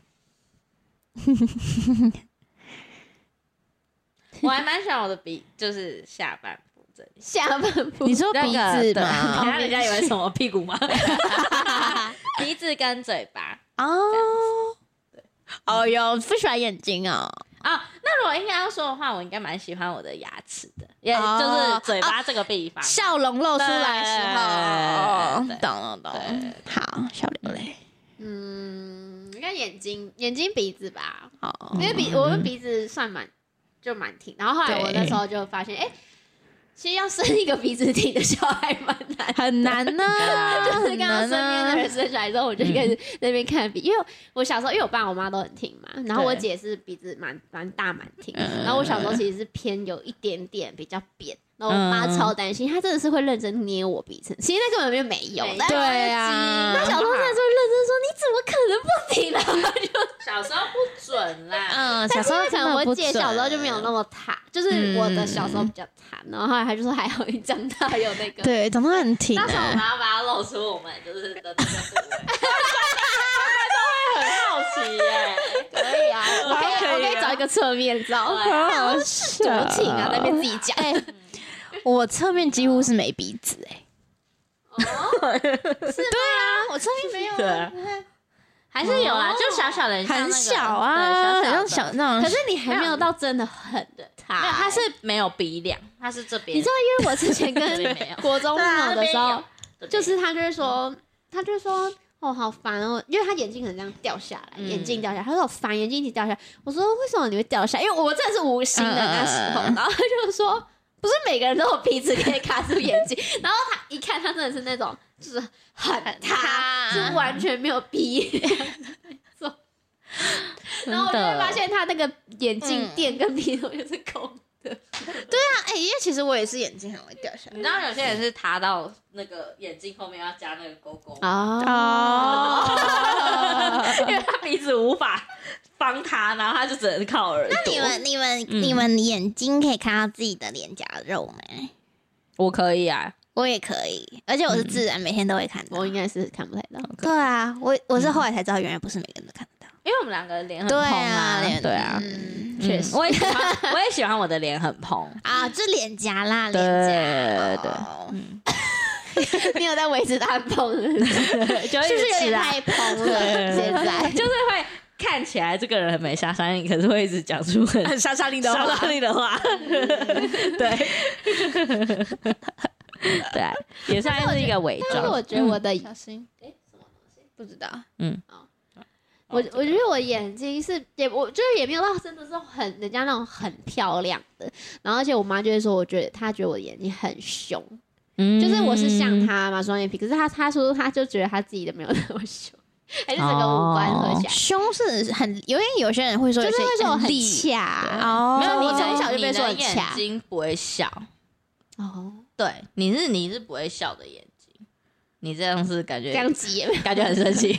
我还蛮喜欢我的鼻，就是下半部这里。 下半部， 你说鼻子吗？ 等下人家以为什么屁股吗？鼻子跟嘴巴哦。对，哦哟，不喜欢眼睛哦。 啊，那如果应该要说的话，我应该蛮喜欢我的牙齿的，也就是嘴巴这个地方， 笑容露出来的时候，懂了懂了。好，笑流泪。 嗯，应该眼睛、眼睛、鼻子吧。 哦， 因为鼻我们鼻子算蛮。就蛮挺，然后后来我那时候就发现，哎、欸，其实要生一个鼻子挺的小孩蛮难， 很难呢、啊。 就是刚刚身边的人生下来之后，我就开始在那边看鼻，因为我小时候，因为我爸我妈都很挺嘛，然后我姐是鼻子蛮蛮大蛮挺，然后我小时候其实是偏有一点点比较扁。然后我妈超担心，她真的是会认真捏我鼻子，其实那根本就没有。 对啊， 她小时候真的是会认真说：“你怎么可能不挺呢？”就小时候不准啦。 嗯，小时候可能我姐小时候就没有那么塌，就是我的小时候比较塌，然后后来她就说还好你长大有那个， 对，长大很挺。 那时候我们要把它露出我们就是的那个部位，观众会很好奇耶。 可以啊，我可以我可以找一个侧面照， 好好笑多挺啊，在那边自己讲。 我侧面几乎是没鼻子哎、 欸，哦，是对啊，我侧面没有， 对，还是有啦，就小小的， 很小啊，很像小那种。 可是你还没有到真的很的塌， 没有，它是没有鼻梁，它是这边。 你知道，因为我之前跟国中朋友的时候，就是他就会说，他就说。哦，好烦哦！因为他眼镜可能这样掉下来，嗯、眼镜掉下来，他说好烦，眼镜一起掉下来。我说为什么你会掉下来？因为我真的是无心的那时候。嗯、然后他就说，不是每个人都有鼻子可以卡住眼睛。然后他一看，他真的是那种就是很塌，是完全没有鼻梁。然后我就会发现他那个眼镜垫跟鼻头就是空。 对啊，哎、欸，因为其实我也是眼睛很容易掉下来。 你知道有些人是塌到那个眼睛后面要加那个勾勾哦， 因为他鼻子无法帮他，然后他就只能靠耳朵。 那你们、你们、 嗯、 你们眼睛可以看到自己的脸颊肉吗？ 我可以啊， 我也可以，而且我是自然，嗯、每天都会看到。 我应该是看不太到。 对啊，我我是后来才知道，原来不是每个人都看得到。 因为我们两个脸很蓬啊，对啊，确实，我也喜欢，我也喜欢我的脸很蓬啊，就脸颊啦， 对脸颊，对，嗯。 你有在维持它蓬，是不是有点太蓬了？现在就是会看起来这个人很没杀伤力，可是会一直讲出很很杀伤力的话， 杀伤力的话，对，对，也算是一个伪装。 但是我觉得我的小心，哎，什么东西不知道？ 嗯， 我我觉得我眼睛是也，我就是也没有到真的是很人家那种很漂亮的，然后而且我妈就会说，我觉得她觉得我的眼睛很凶。嗯，就是我是像他嘛，双眼皮，可是他他说他就觉得他自己的没有那么凶，还是整个五官合起来， 凶是很，因为有些人会说， 就是会说我很恰哦， 没有， 你我从小就被说很恰，眼睛不会笑哦， 对，你是你是不会笑的眼睛，你这样是感觉这样急， 感觉很生气，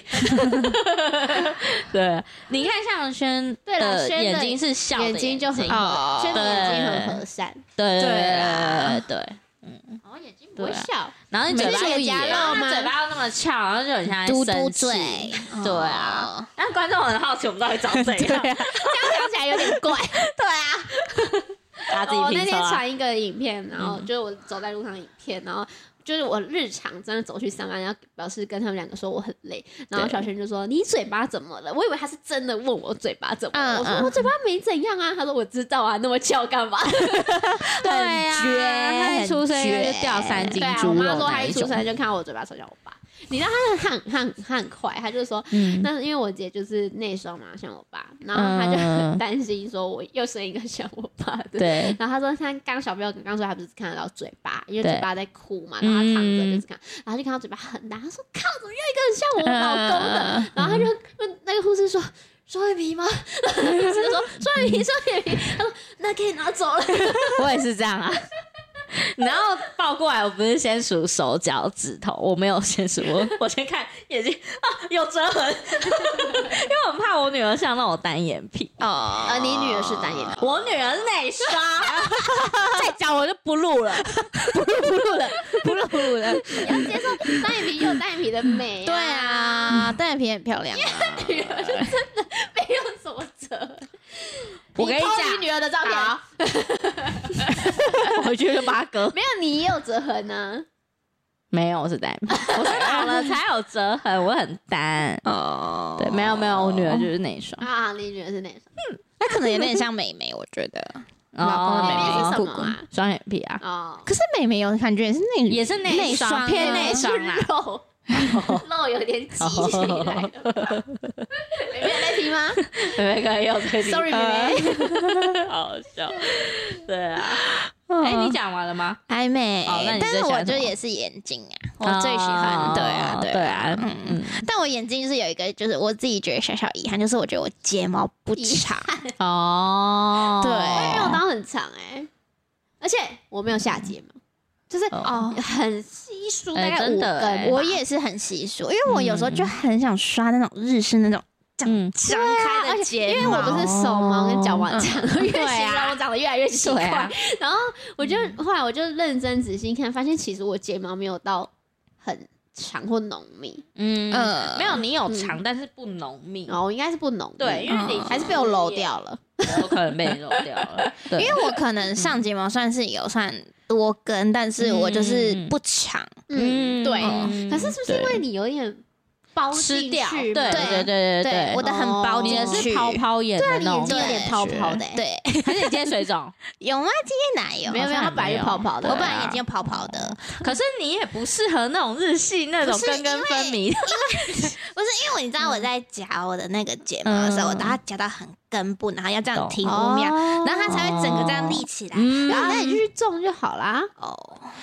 对，你看像轩的眼睛是笑的眼睛就很，轩的眼睛很和善， 对对对对。 嗯，哦，眼睛不会笑， 然后你嘴巴有夹肉吗？嘴巴又那么翘，然后就很像嘟嘟嘴，对啊。但观众很好奇，我们到底长怎样？这样讲起来有点怪。 对啊， 大家自己评测啊。我那天传一个影片，然后就是我走在路上的影片，然后就是我日常真的走去上班，要表示跟他们两个说我很累，然后小轩就说你嘴巴怎么了？我以为他是真的问我嘴巴怎么了，我说我嘴巴没怎样啊，他说我知道啊，那么翘干嘛？ 对啊， 他一出生就掉三斤猪肉， 我妈说他一出生就看到我嘴巴嘲笑我爸。你知道他很他很他很快，他就说，嗯，那因为我姐就是内双嘛，像我爸，然后他就很担心说我又生一个像我爸的， 对。 然后他说他刚小朋友刚说他不是看得到嘴巴，因为嘴巴在哭嘛，然后他躺着就是看，然后就看到嘴巴很大，他说靠，怎么又一个很像我老公的？然后他就问那个护士说。双眼皮吗？然后护士就说双眼皮，双眼皮。他说那可以拿走了。 我也是这样啊。然后抱过来，我不是先数手脚指头，我没有先数，我我先看眼睛啊，有折痕，因为我很怕我女儿像那种单眼皮哦。呃，你女儿是单眼皮， 我女儿是内双。再讲我就不录了，不录不录了，不录不录了。 你要接受单眼皮有单眼皮的美、啊， 对啊，单眼皮很漂亮、啊。 女儿就真的没有什么折痕。 我跟你讲， 你女儿的照片， 回去就把它割。 没有，你也有折痕呢、啊。 没有，我是单眼皮，我是老了才有折痕，我很单哦。对，没有没有，我女儿就是内双啊，你女儿是内双， 嗯，她可能有点像美眉，我觉得。 老公的妹妹是什么啊？ 双眼皮啊。 哦，可是美眉有感觉也是内也是内双偏内双啦。 肉肉有点挤起来了。妹妹有在听吗？ 妹妹可以有在听。 Sorry， 妹妹。 好笑。对啊。哎，你讲完了吗？ 还没。 哦，那你但是我就也是眼睛啊，我最喜欢。对啊，对啊，嗯嗯。但我眼睛就是有一个，就是我自己觉得小小遗憾，就是我觉得我睫毛不长。 哦。 对，没有到很长哎，而且我没有下睫毛。就是哦，很稀疏，大概五根。 我也是很稀疏，因为我有时候就很想刷那种日式那种这样张开的睫毛， 因为我不是手毛跟脚毛长，越形容我长得越来越奇怪。然后我就后来我就认真仔细看，发现其实我睫毛没有到很长或浓密。 嗯，没有，你有长，但是不浓密。 哦，应该是不浓密， 对，因为你还是被我揉掉了， 有可能被你揉掉了。 因为我可能上睫毛算是有算。多根，但是我就是不长， 嗯，对。可是是不是因为你有点包进去？ 对对对对对， 我的很包进去， 你是泡泡眼的那种， 对，你眼睛有点泡泡的， 对。 还是你今天水肿？ 有吗？今天哪有？ 没有没有，它本来就泡泡的， 我本来眼睛泡泡的。 可是你也不适合那种日系那种根根分明。 不是因为你知道我在夹我的那个睫毛的时候，我把它夹到很根部，然后要这样停五秒，然后它才会整个这样立起来。 然后那你就去种就好啦。 哦，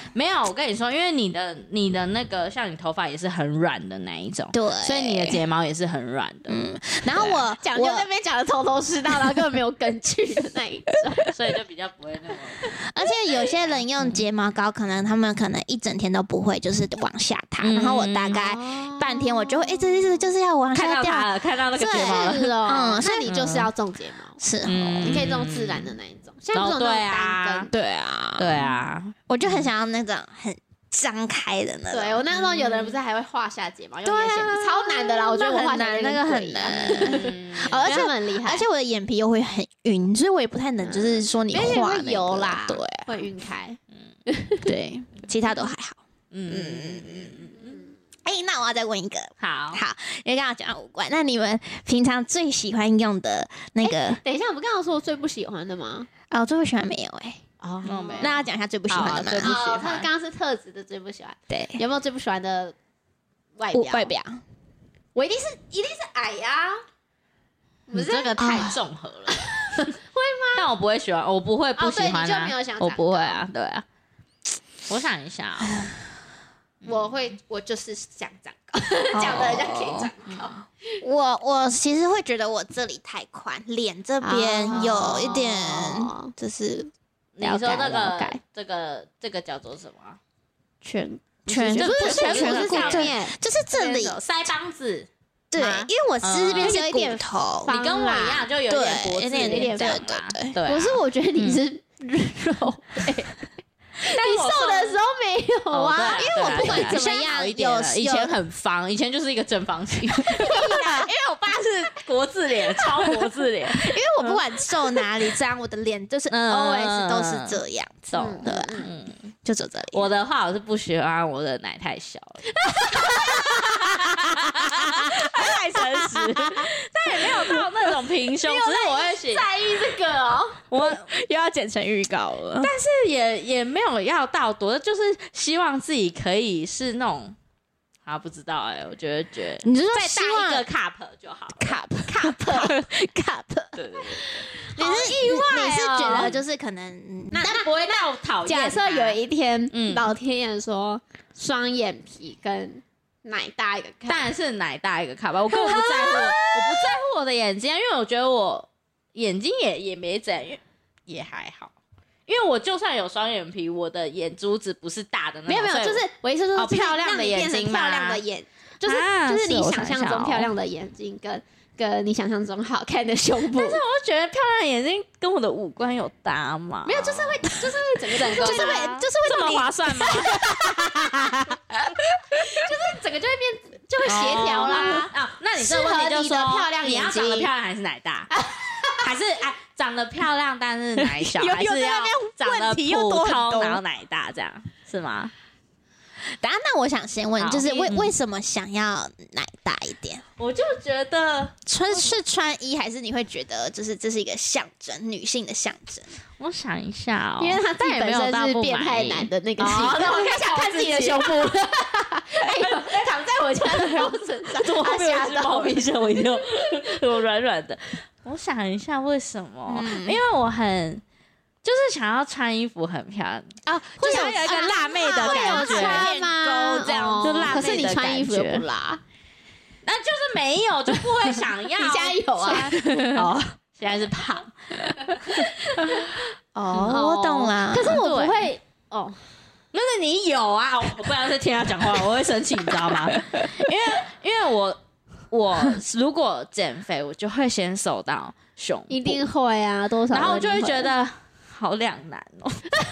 没有，我跟你说，因为你的你的那个像你头发也是很软的那一种， 对， 所以你的睫毛也是很软的。嗯， 然后我讲就那边讲的头头是道，然后根本没有根据的那一种， 所以就比较不会那么。 而且有些人用睫毛膏，可能他们可能一整天都不会，就是往下塌，嗯、然后我大概半天我就会，哎、欸，这这就是要往下掉， 看到它了，看到那个睫毛了， 是哦，嗯，所以你就是要种睫毛， 是、哦， 嗯、你可以种自然的那一种，像这种那种单根， 对啊， 对啊， 我就很想要那种很张开的那种。 对我那时候有的人不是还会画下睫毛，用眼线笔，超难的啦，我觉得我画难，那个很难， 而且很厉害， 而且我的眼皮又会很晕，所以我也不太能，就是说你画会油啦， 对， 会晕开， 嗯，对，其他都还好，嗯嗯嗯嗯嗯。哎，那我要再问一个， 好好，因为刚刚讲到五官，那你们平常最喜欢用的那个？ 等一下，我们刚刚说我最不喜欢的吗？ 哦，最不喜欢没有哎。 哦，没有。 那要讲一下最不喜欢的吗？ 最不喜欢。他刚刚是特质的最不喜欢。 对。 有没有最不喜欢的外表？ 外表。 我一定是一定是矮呀。 你这个太综合了。会吗？但我不会喜欢，我不会不喜欢啊。我不会啊，对啊。我想一下哦。 我会，我就是想长高，讲的人家可以长高。 我我其实会觉得我这里太宽，脸这边有一点，就是你说那个这个这个叫做什么？ 颧颧就不是颧骨是上面， 就是这里腮帮子。 对，因为我这边是有一点头， 你跟我一样，就有点脖子，有点对对对。 可是我觉得你是肉背。但你瘦的时候没有啊， 因为我不管怎么样，有以前很方，以前就是一个正方形。因为我爸是国字脸，超国字脸。 因为我不管瘦哪里，这样我的脸就是 always 都是这样子的，嗯，就走这里。 我的话，我是不喜欢我的奶太小了，太诚实，但也没有到那种平胸，只是我会写在意这个哦， 我又要剪成预告了， 但是也也没有要到多，就是希望自己可以是那种，啊不知道哎、欸，我觉得觉得你是说再大一个 cup 就好 ，cup cup cup， 对对对， 你是意外、哦，你是觉得就是可能那那不会到讨厌。 假设有一天，嗯，老天爷说双眼皮跟奶大一个 cup， 当然是奶大一个 cup 吧，我根本不在乎，我不在乎我的眼睛，因为我觉得我眼睛也也没怎样，也还好。因为我就算有双眼皮，我的眼珠子不是大的那种。 没有没有，就是我意思就是、 哦、漂亮的眼睛嘛， 漂亮的眼，就是、啊、就是你想象中漂亮的眼睛跟、哦、跟你想象中好看的胸部。 但是我觉得漂亮的眼睛跟我的五官有搭吗？ 没有，就是会就是会整个整个就是会就是会这么划算吗？ 就是整个就会变就会协调啦。 啊、哦，那你这个问题就是说漂亮你要长得漂亮还是奶大？还是哎，长得漂亮但是奶小，还是要长得普通然后奶大，这样是吗？ 等下，那我想先问，就是为、嗯、为什么想要奶大一点？ 我就觉得穿是穿衣，还是你会觉得就是这是一个象征，女性的象征？ 我想一下哦， 因为他自己本身是变态男的那个性格，我太想看自己的胸部。哎呦，躺在我家的猫身上， 我没有一只猫咪像我一样，我软软的。我想一下为什么？嗯、因为我很就是想要穿衣服很漂亮啊， 就想有一个辣妹的感觉， 面沟这样就辣妹的感觉。 可是你穿衣服又不辣， 那就是没有就不会想要。 你现在有啊？ 哦，现在是胖。 哦，我懂了。 可是我不会哦。 那是你有啊，我不然是听他讲话，我会生气，你知道吗？因为因为我。我如果减肥，我就会先瘦到胸部， 一定会啊，多少？ 然后我就会觉得好两难哦。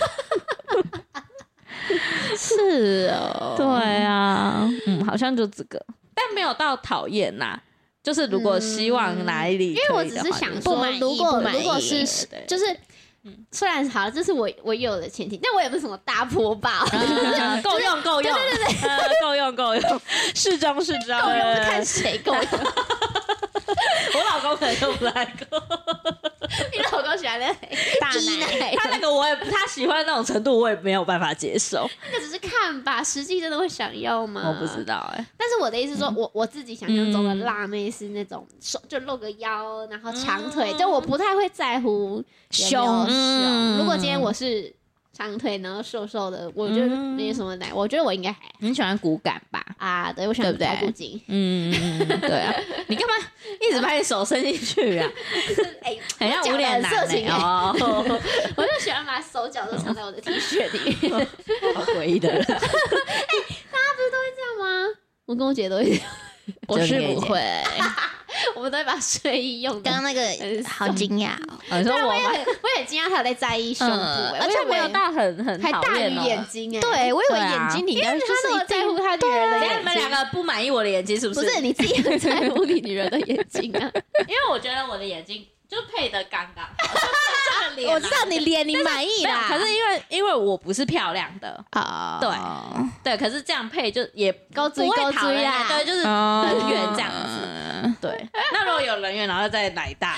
是哦， 对啊，嗯，好像就这个，但没有到讨厌呐。就是如果希望哪里可以的话， 因为我只是想说，如果如果是就是。嗯，虽然好，这是我我有的前提，但我也不是什么大波霸， 嗯、够用够用， 对对对对， 呃、够用够用，适中适中， 够用是看谁够用。 我老公可能用不太够， 你老公喜欢那大奶， 他那个我也他喜欢那种程度，我也没有办法接受。 那只是看吧，实际真的会想要吗？ 我不知道哎、欸。 但是我的意思是说，嗯、我我自己想象中的辣妹是那种手就露个腰，然后长腿，嗯、就我不太会在乎胸。嗯、如果今天我是长腿，然后瘦瘦的，我觉得没什么奶，我觉得我应该还你喜欢骨感吧？ 啊，对，我喜欢白骨精。 嗯嗯嗯，对啊，你干嘛一直把你手伸进去啊？ 哎， 很像无脸男色情哦。 我就喜欢把手脚都藏在我的 T 恤里面， 好诡异的人。哎，大家不是都会这样吗？我跟我姐都会这样， 我是不会。 我们都会把睡衣用。 刚刚那个好惊讶哦！你说我， 我也很，我也惊讶他有在在意胸部， 而且没有到很很还大于眼睛哎。 对，我以为眼睛你要就是那么在乎他女人的眼睛。 你们两个不满意我的眼睛是不是？ 不是你自己很在乎你女人的眼睛啊？ 因为我觉得我的眼睛就配的刚刚好。 我知道你脸你满意啦， 可是因为因为我不是漂亮的啊， 对对，可是这样配就也高追高追啊， 对，就是人缘这样子。对，那如果有人缘，然后再奶大，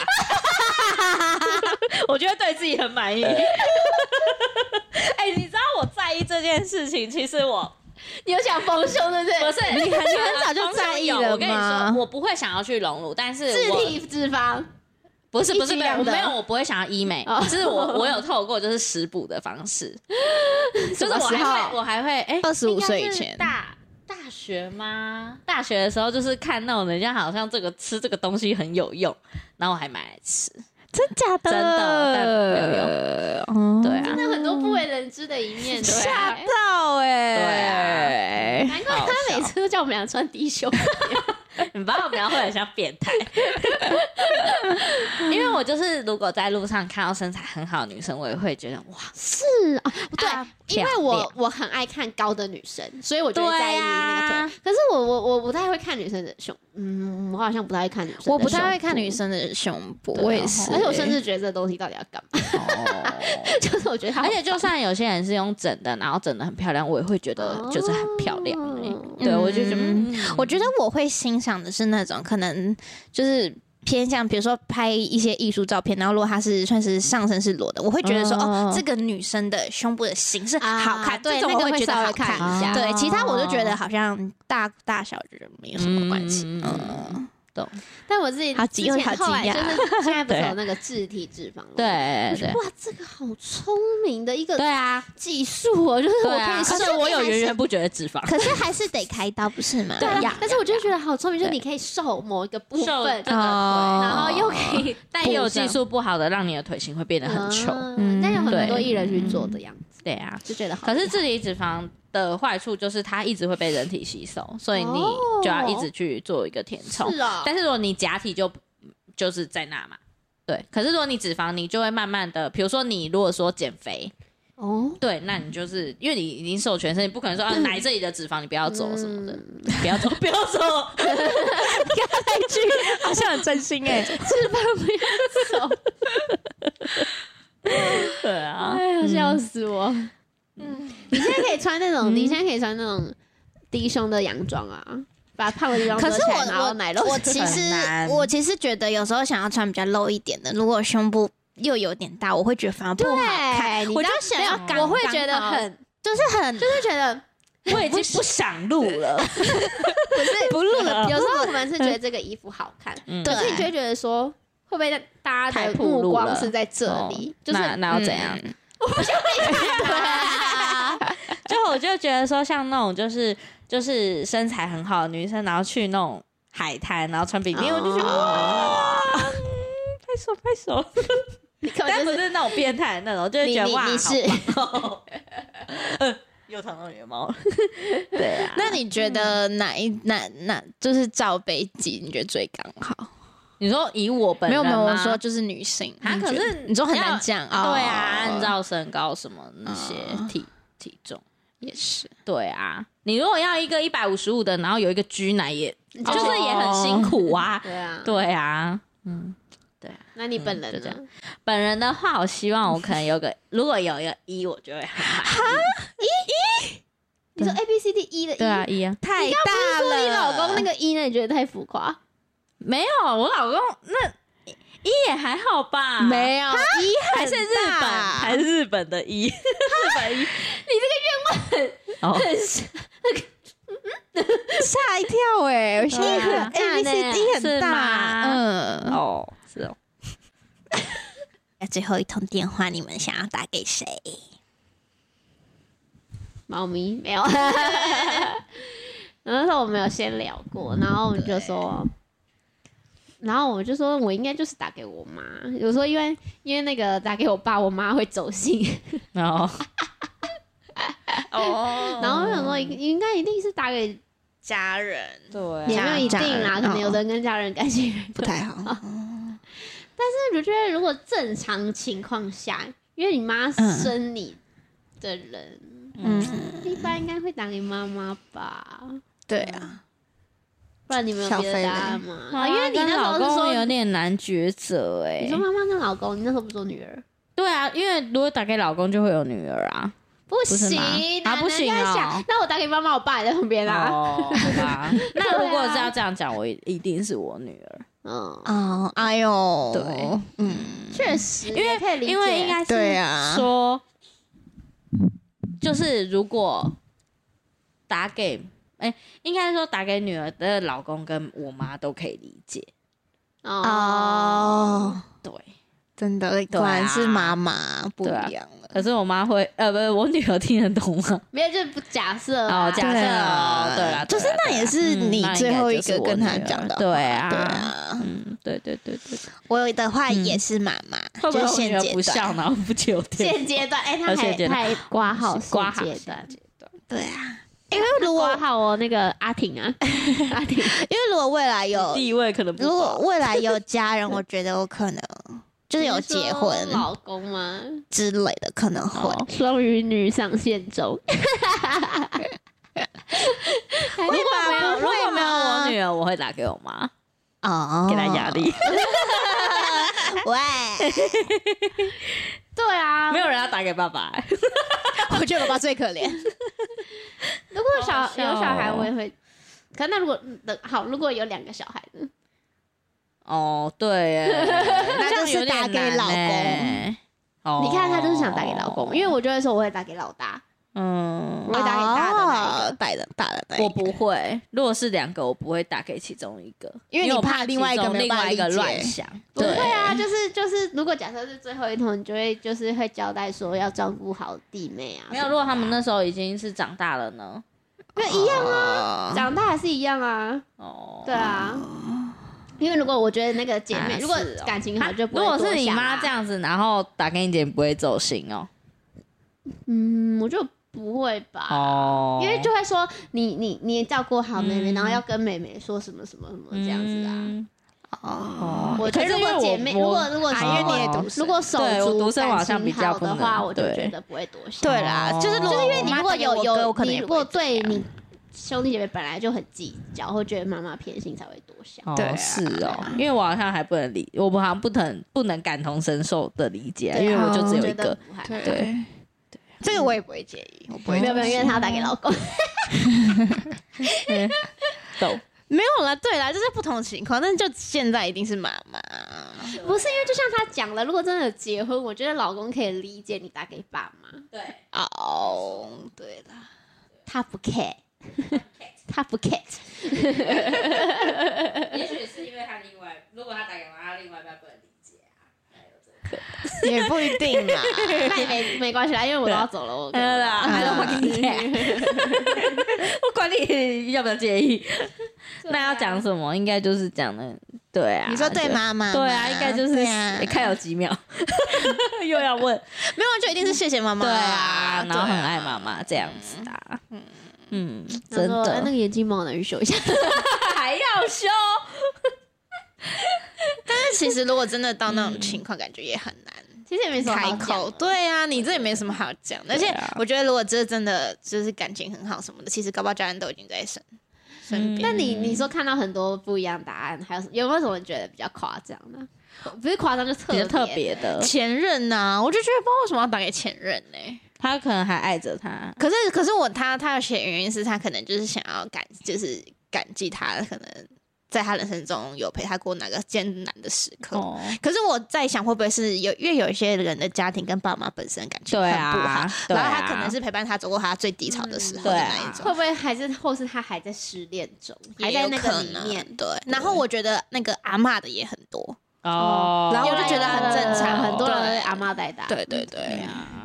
我觉得对自己很满意。哎，你知道我在意这件事情，其实我你有想丰胸对不对？ 不是， 你很你很早就在意了吗？ 我跟你说，我不会想要去隆乳，但是自体脂肪。 不是不是没有没有，我不会想要医美，就是我我有透过就是食补的方式，就是我还会我还会哎， 二十五岁以前大大学吗？大学的时候就是看那种人家好像这个吃这个东西很有用，然后我还买来吃， 真假的？ 真的，但没有用。对啊， 真的很多不为人知的一面， 吓到哎！ 对，难怪他每次都叫我们俩穿低胸。 你把我描绘得很像变态，因为我就是如果在路上看到身材很好的女生，我也会觉得哇， 是啊，对，啊、因为我我很爱看高的女生，所以我就会在意那个腿。啊、可是我我我不太会看女生的胸，嗯，我好像不太会看女生的胸部， 我不太会看女生的胸部，我也是， 而且我甚至觉得这东西到底要干嘛？哦、就是我觉得， 而且就算有些人是用整的，然后整的很漂亮，我也会觉得就是很漂亮、欸。哦、对，我就觉得，嗯、 我觉得我会欣赏的是那种可能就是偏向，比如说拍一些艺术照片，然后如果它是算是上身是裸的，我会觉得说，哦，哦这个女生的胸部的形是好看，啊、对，这种我会觉得好看一下。对，其他我就觉得好像大大小就没有什么关系。嗯。嗯懂， 但我自己好惊讶， 后来就是现在不是有那个自体脂肪了？ 对对， 哇，这个好聪明的一个对啊技术哦，就是我可以， 可是我有源源不绝的脂肪， 可是还是得开刀，不是吗？ 对啊，但是我就觉得好聪明，就是你可以瘦某一个部分，然后又可以， 但也有技术不好的，让你的腿型会变得很丑。 嗯，但有很多艺人去做的样子， 对啊， 就觉得好。 可是自体脂肪的坏处就是它一直会被人体吸收，所以你就要一直去做一个填充。 是啊， 但是如果你假体就就是在那嘛，对。可是如果你脂肪，你就会慢慢的，比如说你如果说减肥，哦，对，那你就是因为你已经瘦全身，你不可能说啊奶这里的脂肪你不要走什么的，嗯、不要走，不要走。 你看那一句好像很真心哎、欸， 脂肪不要走。 对啊， 哎呀，笑死我。嗯，你现在可以穿那种，嗯、你现在可以穿那种低胸的洋装啊，把胖的地方遮起来，然后奶露。 我其实我其实觉得有时候想要穿比较露一点的，如果胸部又有点大，我会觉得反而不好看。我就想要刚刚， 我会觉得很， 就是很， 就是觉得我已经不想录了， 不是不录了。 有时候我们是觉得这个衣服好看，嗯、可是你就会觉得说，会不会大家的目光是在这里？就是那要怎样？ 嗯我不想被看， 就我就觉得说，像那种就是就是身材很好的女生，然后去那种海滩，然后穿比基尼，我就觉得哇，拍手拍手。但不是那种变态的那种，就会觉得哇， 你是又躺到你的猫了。对啊， 那你觉得哪一哪哪就是罩杯几？你觉得最刚好？ 你说以我本人吗？ 没有没有，我说就是女性啊，可是你说很难讲啊。 对啊，按照身高什么那些体体重也是。 对啊，你如果要一个一百五十五的，然后有一个 G 奶也，就是也很辛苦啊。 对啊， 对啊，嗯，对啊。 那你本人呢？ 本人的话，我希望我可能有个，如果有一个一，我就会很满意。 哈，一一，你说 A B C D 一的一， 对啊，一啊， 太大了。 你老公那个一呢？你觉得太浮夸？ 没有，我老公那一也还好吧。 没有，一还是日本，还是日本的一，日本一。你这个愿望很很那个吓一跳哎！我现在 A B C D 很大，嗯， 哦，是哦。 那最后一通电话，你们想要打给谁？ 猫咪没有。然后那时候我们有先聊过，然后我们就说，然后我就说我应该就是打给我妈，有时候因为因为那个打给我爸，我妈会走心， 然后哦，然后我想说应该一定是打给家人， 对、啊， 也没有一定啦，可能有的人跟家人感情不太好。 但是我觉得如果正常情况下，因为你妈生你的人，嗯，一般应该会打给妈妈吧。对啊，不然你们有别的答案吗？啊，因为你那时候是说有点难抉择哎。 你说妈妈跟老公，你那时候不说女儿？ 对啊，因为如果打给老公就会有女儿啊。 不行， 啊不行哦。 那我打给妈妈，我爸也在旁边啊。 哦，好吧。那如果是要这样讲，我一定是我女儿。 嗯哦，哎呦， 对， 嗯，确实，因为可以理解， 因为应该是说，就是如果打给，哎、欸，应该说打给女儿的老公跟我妈都可以理解。 哦， 对， 真的，果然是妈妈不一样了。 可是我妈会，呃，不是我女儿听得懂吗？ 没有，就不假设哦，假设哦，对啦， 就是那也是你最后一个跟他讲的， 对啊， 对啊， 嗯，对对对对。 我的话也是妈妈，就现阶段不孝，然后不求天。 现阶段，哎，他还他还挂号挂号阶段， 对啊。因为如果挂号哦，那个阿婷啊，阿婷， 因为如果未来有地位可能， 如果未来有家人，我觉得我可能。就是有结婚老公吗之类的，可能会双鱼女上线中。 如果没有，如果没有我女儿，我会打给我妈哦，给她压力。 喂， 对啊， 没有人要打给爸爸、欸， 我觉得爸爸最可怜。 如果小有小孩，我也会。可那如果好，如果有两个小孩呢？ 哦，对耶， 那就是打给老公。 哦， 你看他就是想打给老公，因为我就会说我会打给老大，嗯，我会打给大的那一个， 大的大的那一个。 我不会，如果是两个，我不会打给其中一个， 因为你怕另外一个另外一个乱想。 不会啊，就是就是，如果假设是最后一通，你就会就是会交代说要照顾好弟妹啊。 没有，如果他们那时候已经是长大了呢？ 那一样啊，长大还是一样啊。哦，对啊。因为如果我觉得那个姐妹、啊哦、如果感情好就不会多想、啊、 如果是你妈这样子，然后打给你姐，不会走心哦。 嗯，我就不会吧。哦，因为就会说你你你照顾好妹妹、嗯，然后要跟妹妹说什么什么什么这样子啊。嗯、哦，我觉得如果姐妹，如果如果因为你也独生，如果手足感情好的话，我就觉得不会多想。 对啦，就是就是因为你如果有有你如果对你。兄弟姐妹本来就很计较，会觉得妈妈偏心才会多想。 哦，对，是哦，因为我好像还不能理，我好像不能不能感同身受的理解，因为我就只有一个。 对对对，这个我也不会介意，我不会。 没有没有，因为他打给老公。 懂。 没有啦，对啦，就是不同情况，但就现在一定是妈妈。 不是因为就像他讲的，如果真的有结婚，我觉得老公可以理解你打给爸妈。 对。 哦，对啦， 他不 care。他不 cat， 也许是因为他另外，如果他打给我，他另外一半不能理解啊，还有这个也不一定嘛， 那也没没关系啦，因为我都要走了，我对啦，我管你，我管你要不要介意。那要讲什么？应该就是讲的，对啊。 你说对妈妈？ 对啊，应该就是看有几秒，又要问， 没有就一定是谢谢妈妈， 对啊，然后很爱妈妈这样子的，嗯。嗯，真的， 那个眼睛毛能修一下， 还要修。 但是其实如果真的到那种情况，感觉也很难。 其实也没什么开口，对啊，你这也没什么好讲的。而且我觉得，如果这真的就是感情很好什么的，其实搞不好家人都已经在身身边。 那你你说看到很多不一样答案，还有有没有什么觉得比较夸张的？不是夸张，就特别特别的前任呐、啊，我就觉得不知道为什么要打给前任呢、欸？ 他可能还爱着他， 可是可是我他他的写原因是他可能就是想要感就是感激他，可能在他人生中有陪他过哪个艰难的时刻。哦、可是我在想，会不会是有因为有一些人的家庭跟爸妈本身感情很不好，啊、然后他可能是陪伴他走过他最低潮的时候的那一种， 嗯啊、会不会还是或是他还在失恋中，还在那个里面？ 对。然后我觉得那个阿嬷的也很多。 哦， 然后我就觉得很正常， 很多人阿嬷带大， 对对对， 对啊，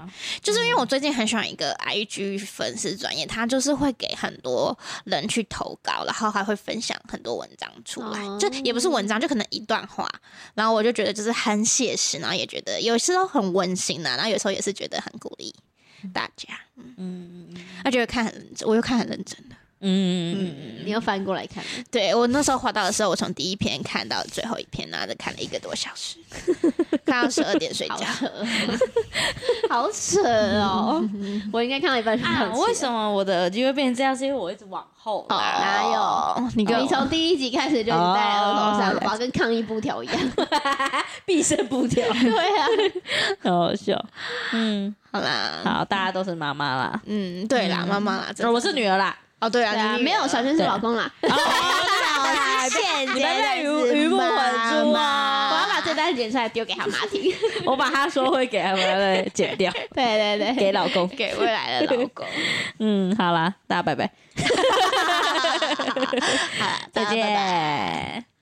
就是因为我最近很喜欢一个 I G 粉丝专页，他就是会给很多人去投稿，然后还会分享很多文章出来，哦、就也不是文章，就可能一段话，然后我就觉得就是很写实，然后也觉得有时候很温馨啊，然后有时候也是觉得很鼓励大家，嗯嗯，他觉得看很认真，我又看很认真的。 嗯嗯，你又翻过来看了？ 对，我那时候滑到的时候，我从第一篇看到最后一篇，然后看了一个多小时，看到十二点睡觉， 好扯哦！我应该看到一半就放弃了。 为什么我的耳机会变成这样？是因为我一直往后啦。 哪有？ 你你从第一集开始就一直戴额头上，把跟抗议布条一样， 必胜布条。 对啊， 好好笑。嗯， 好啦， 好，大家都是妈妈啦。 嗯，对啦，妈妈啦， 我是女儿啦。 哦，对啊， 没有小轩是老公啦。 哦，现你们在鱼鱼目混珠啊！ 我要把这段剪出来丢给他妈听。 我把他说会给他们剪掉。 对对对， 给老公， 给未来的老公。 嗯，好啦，大家拜拜。 好啦， 再见。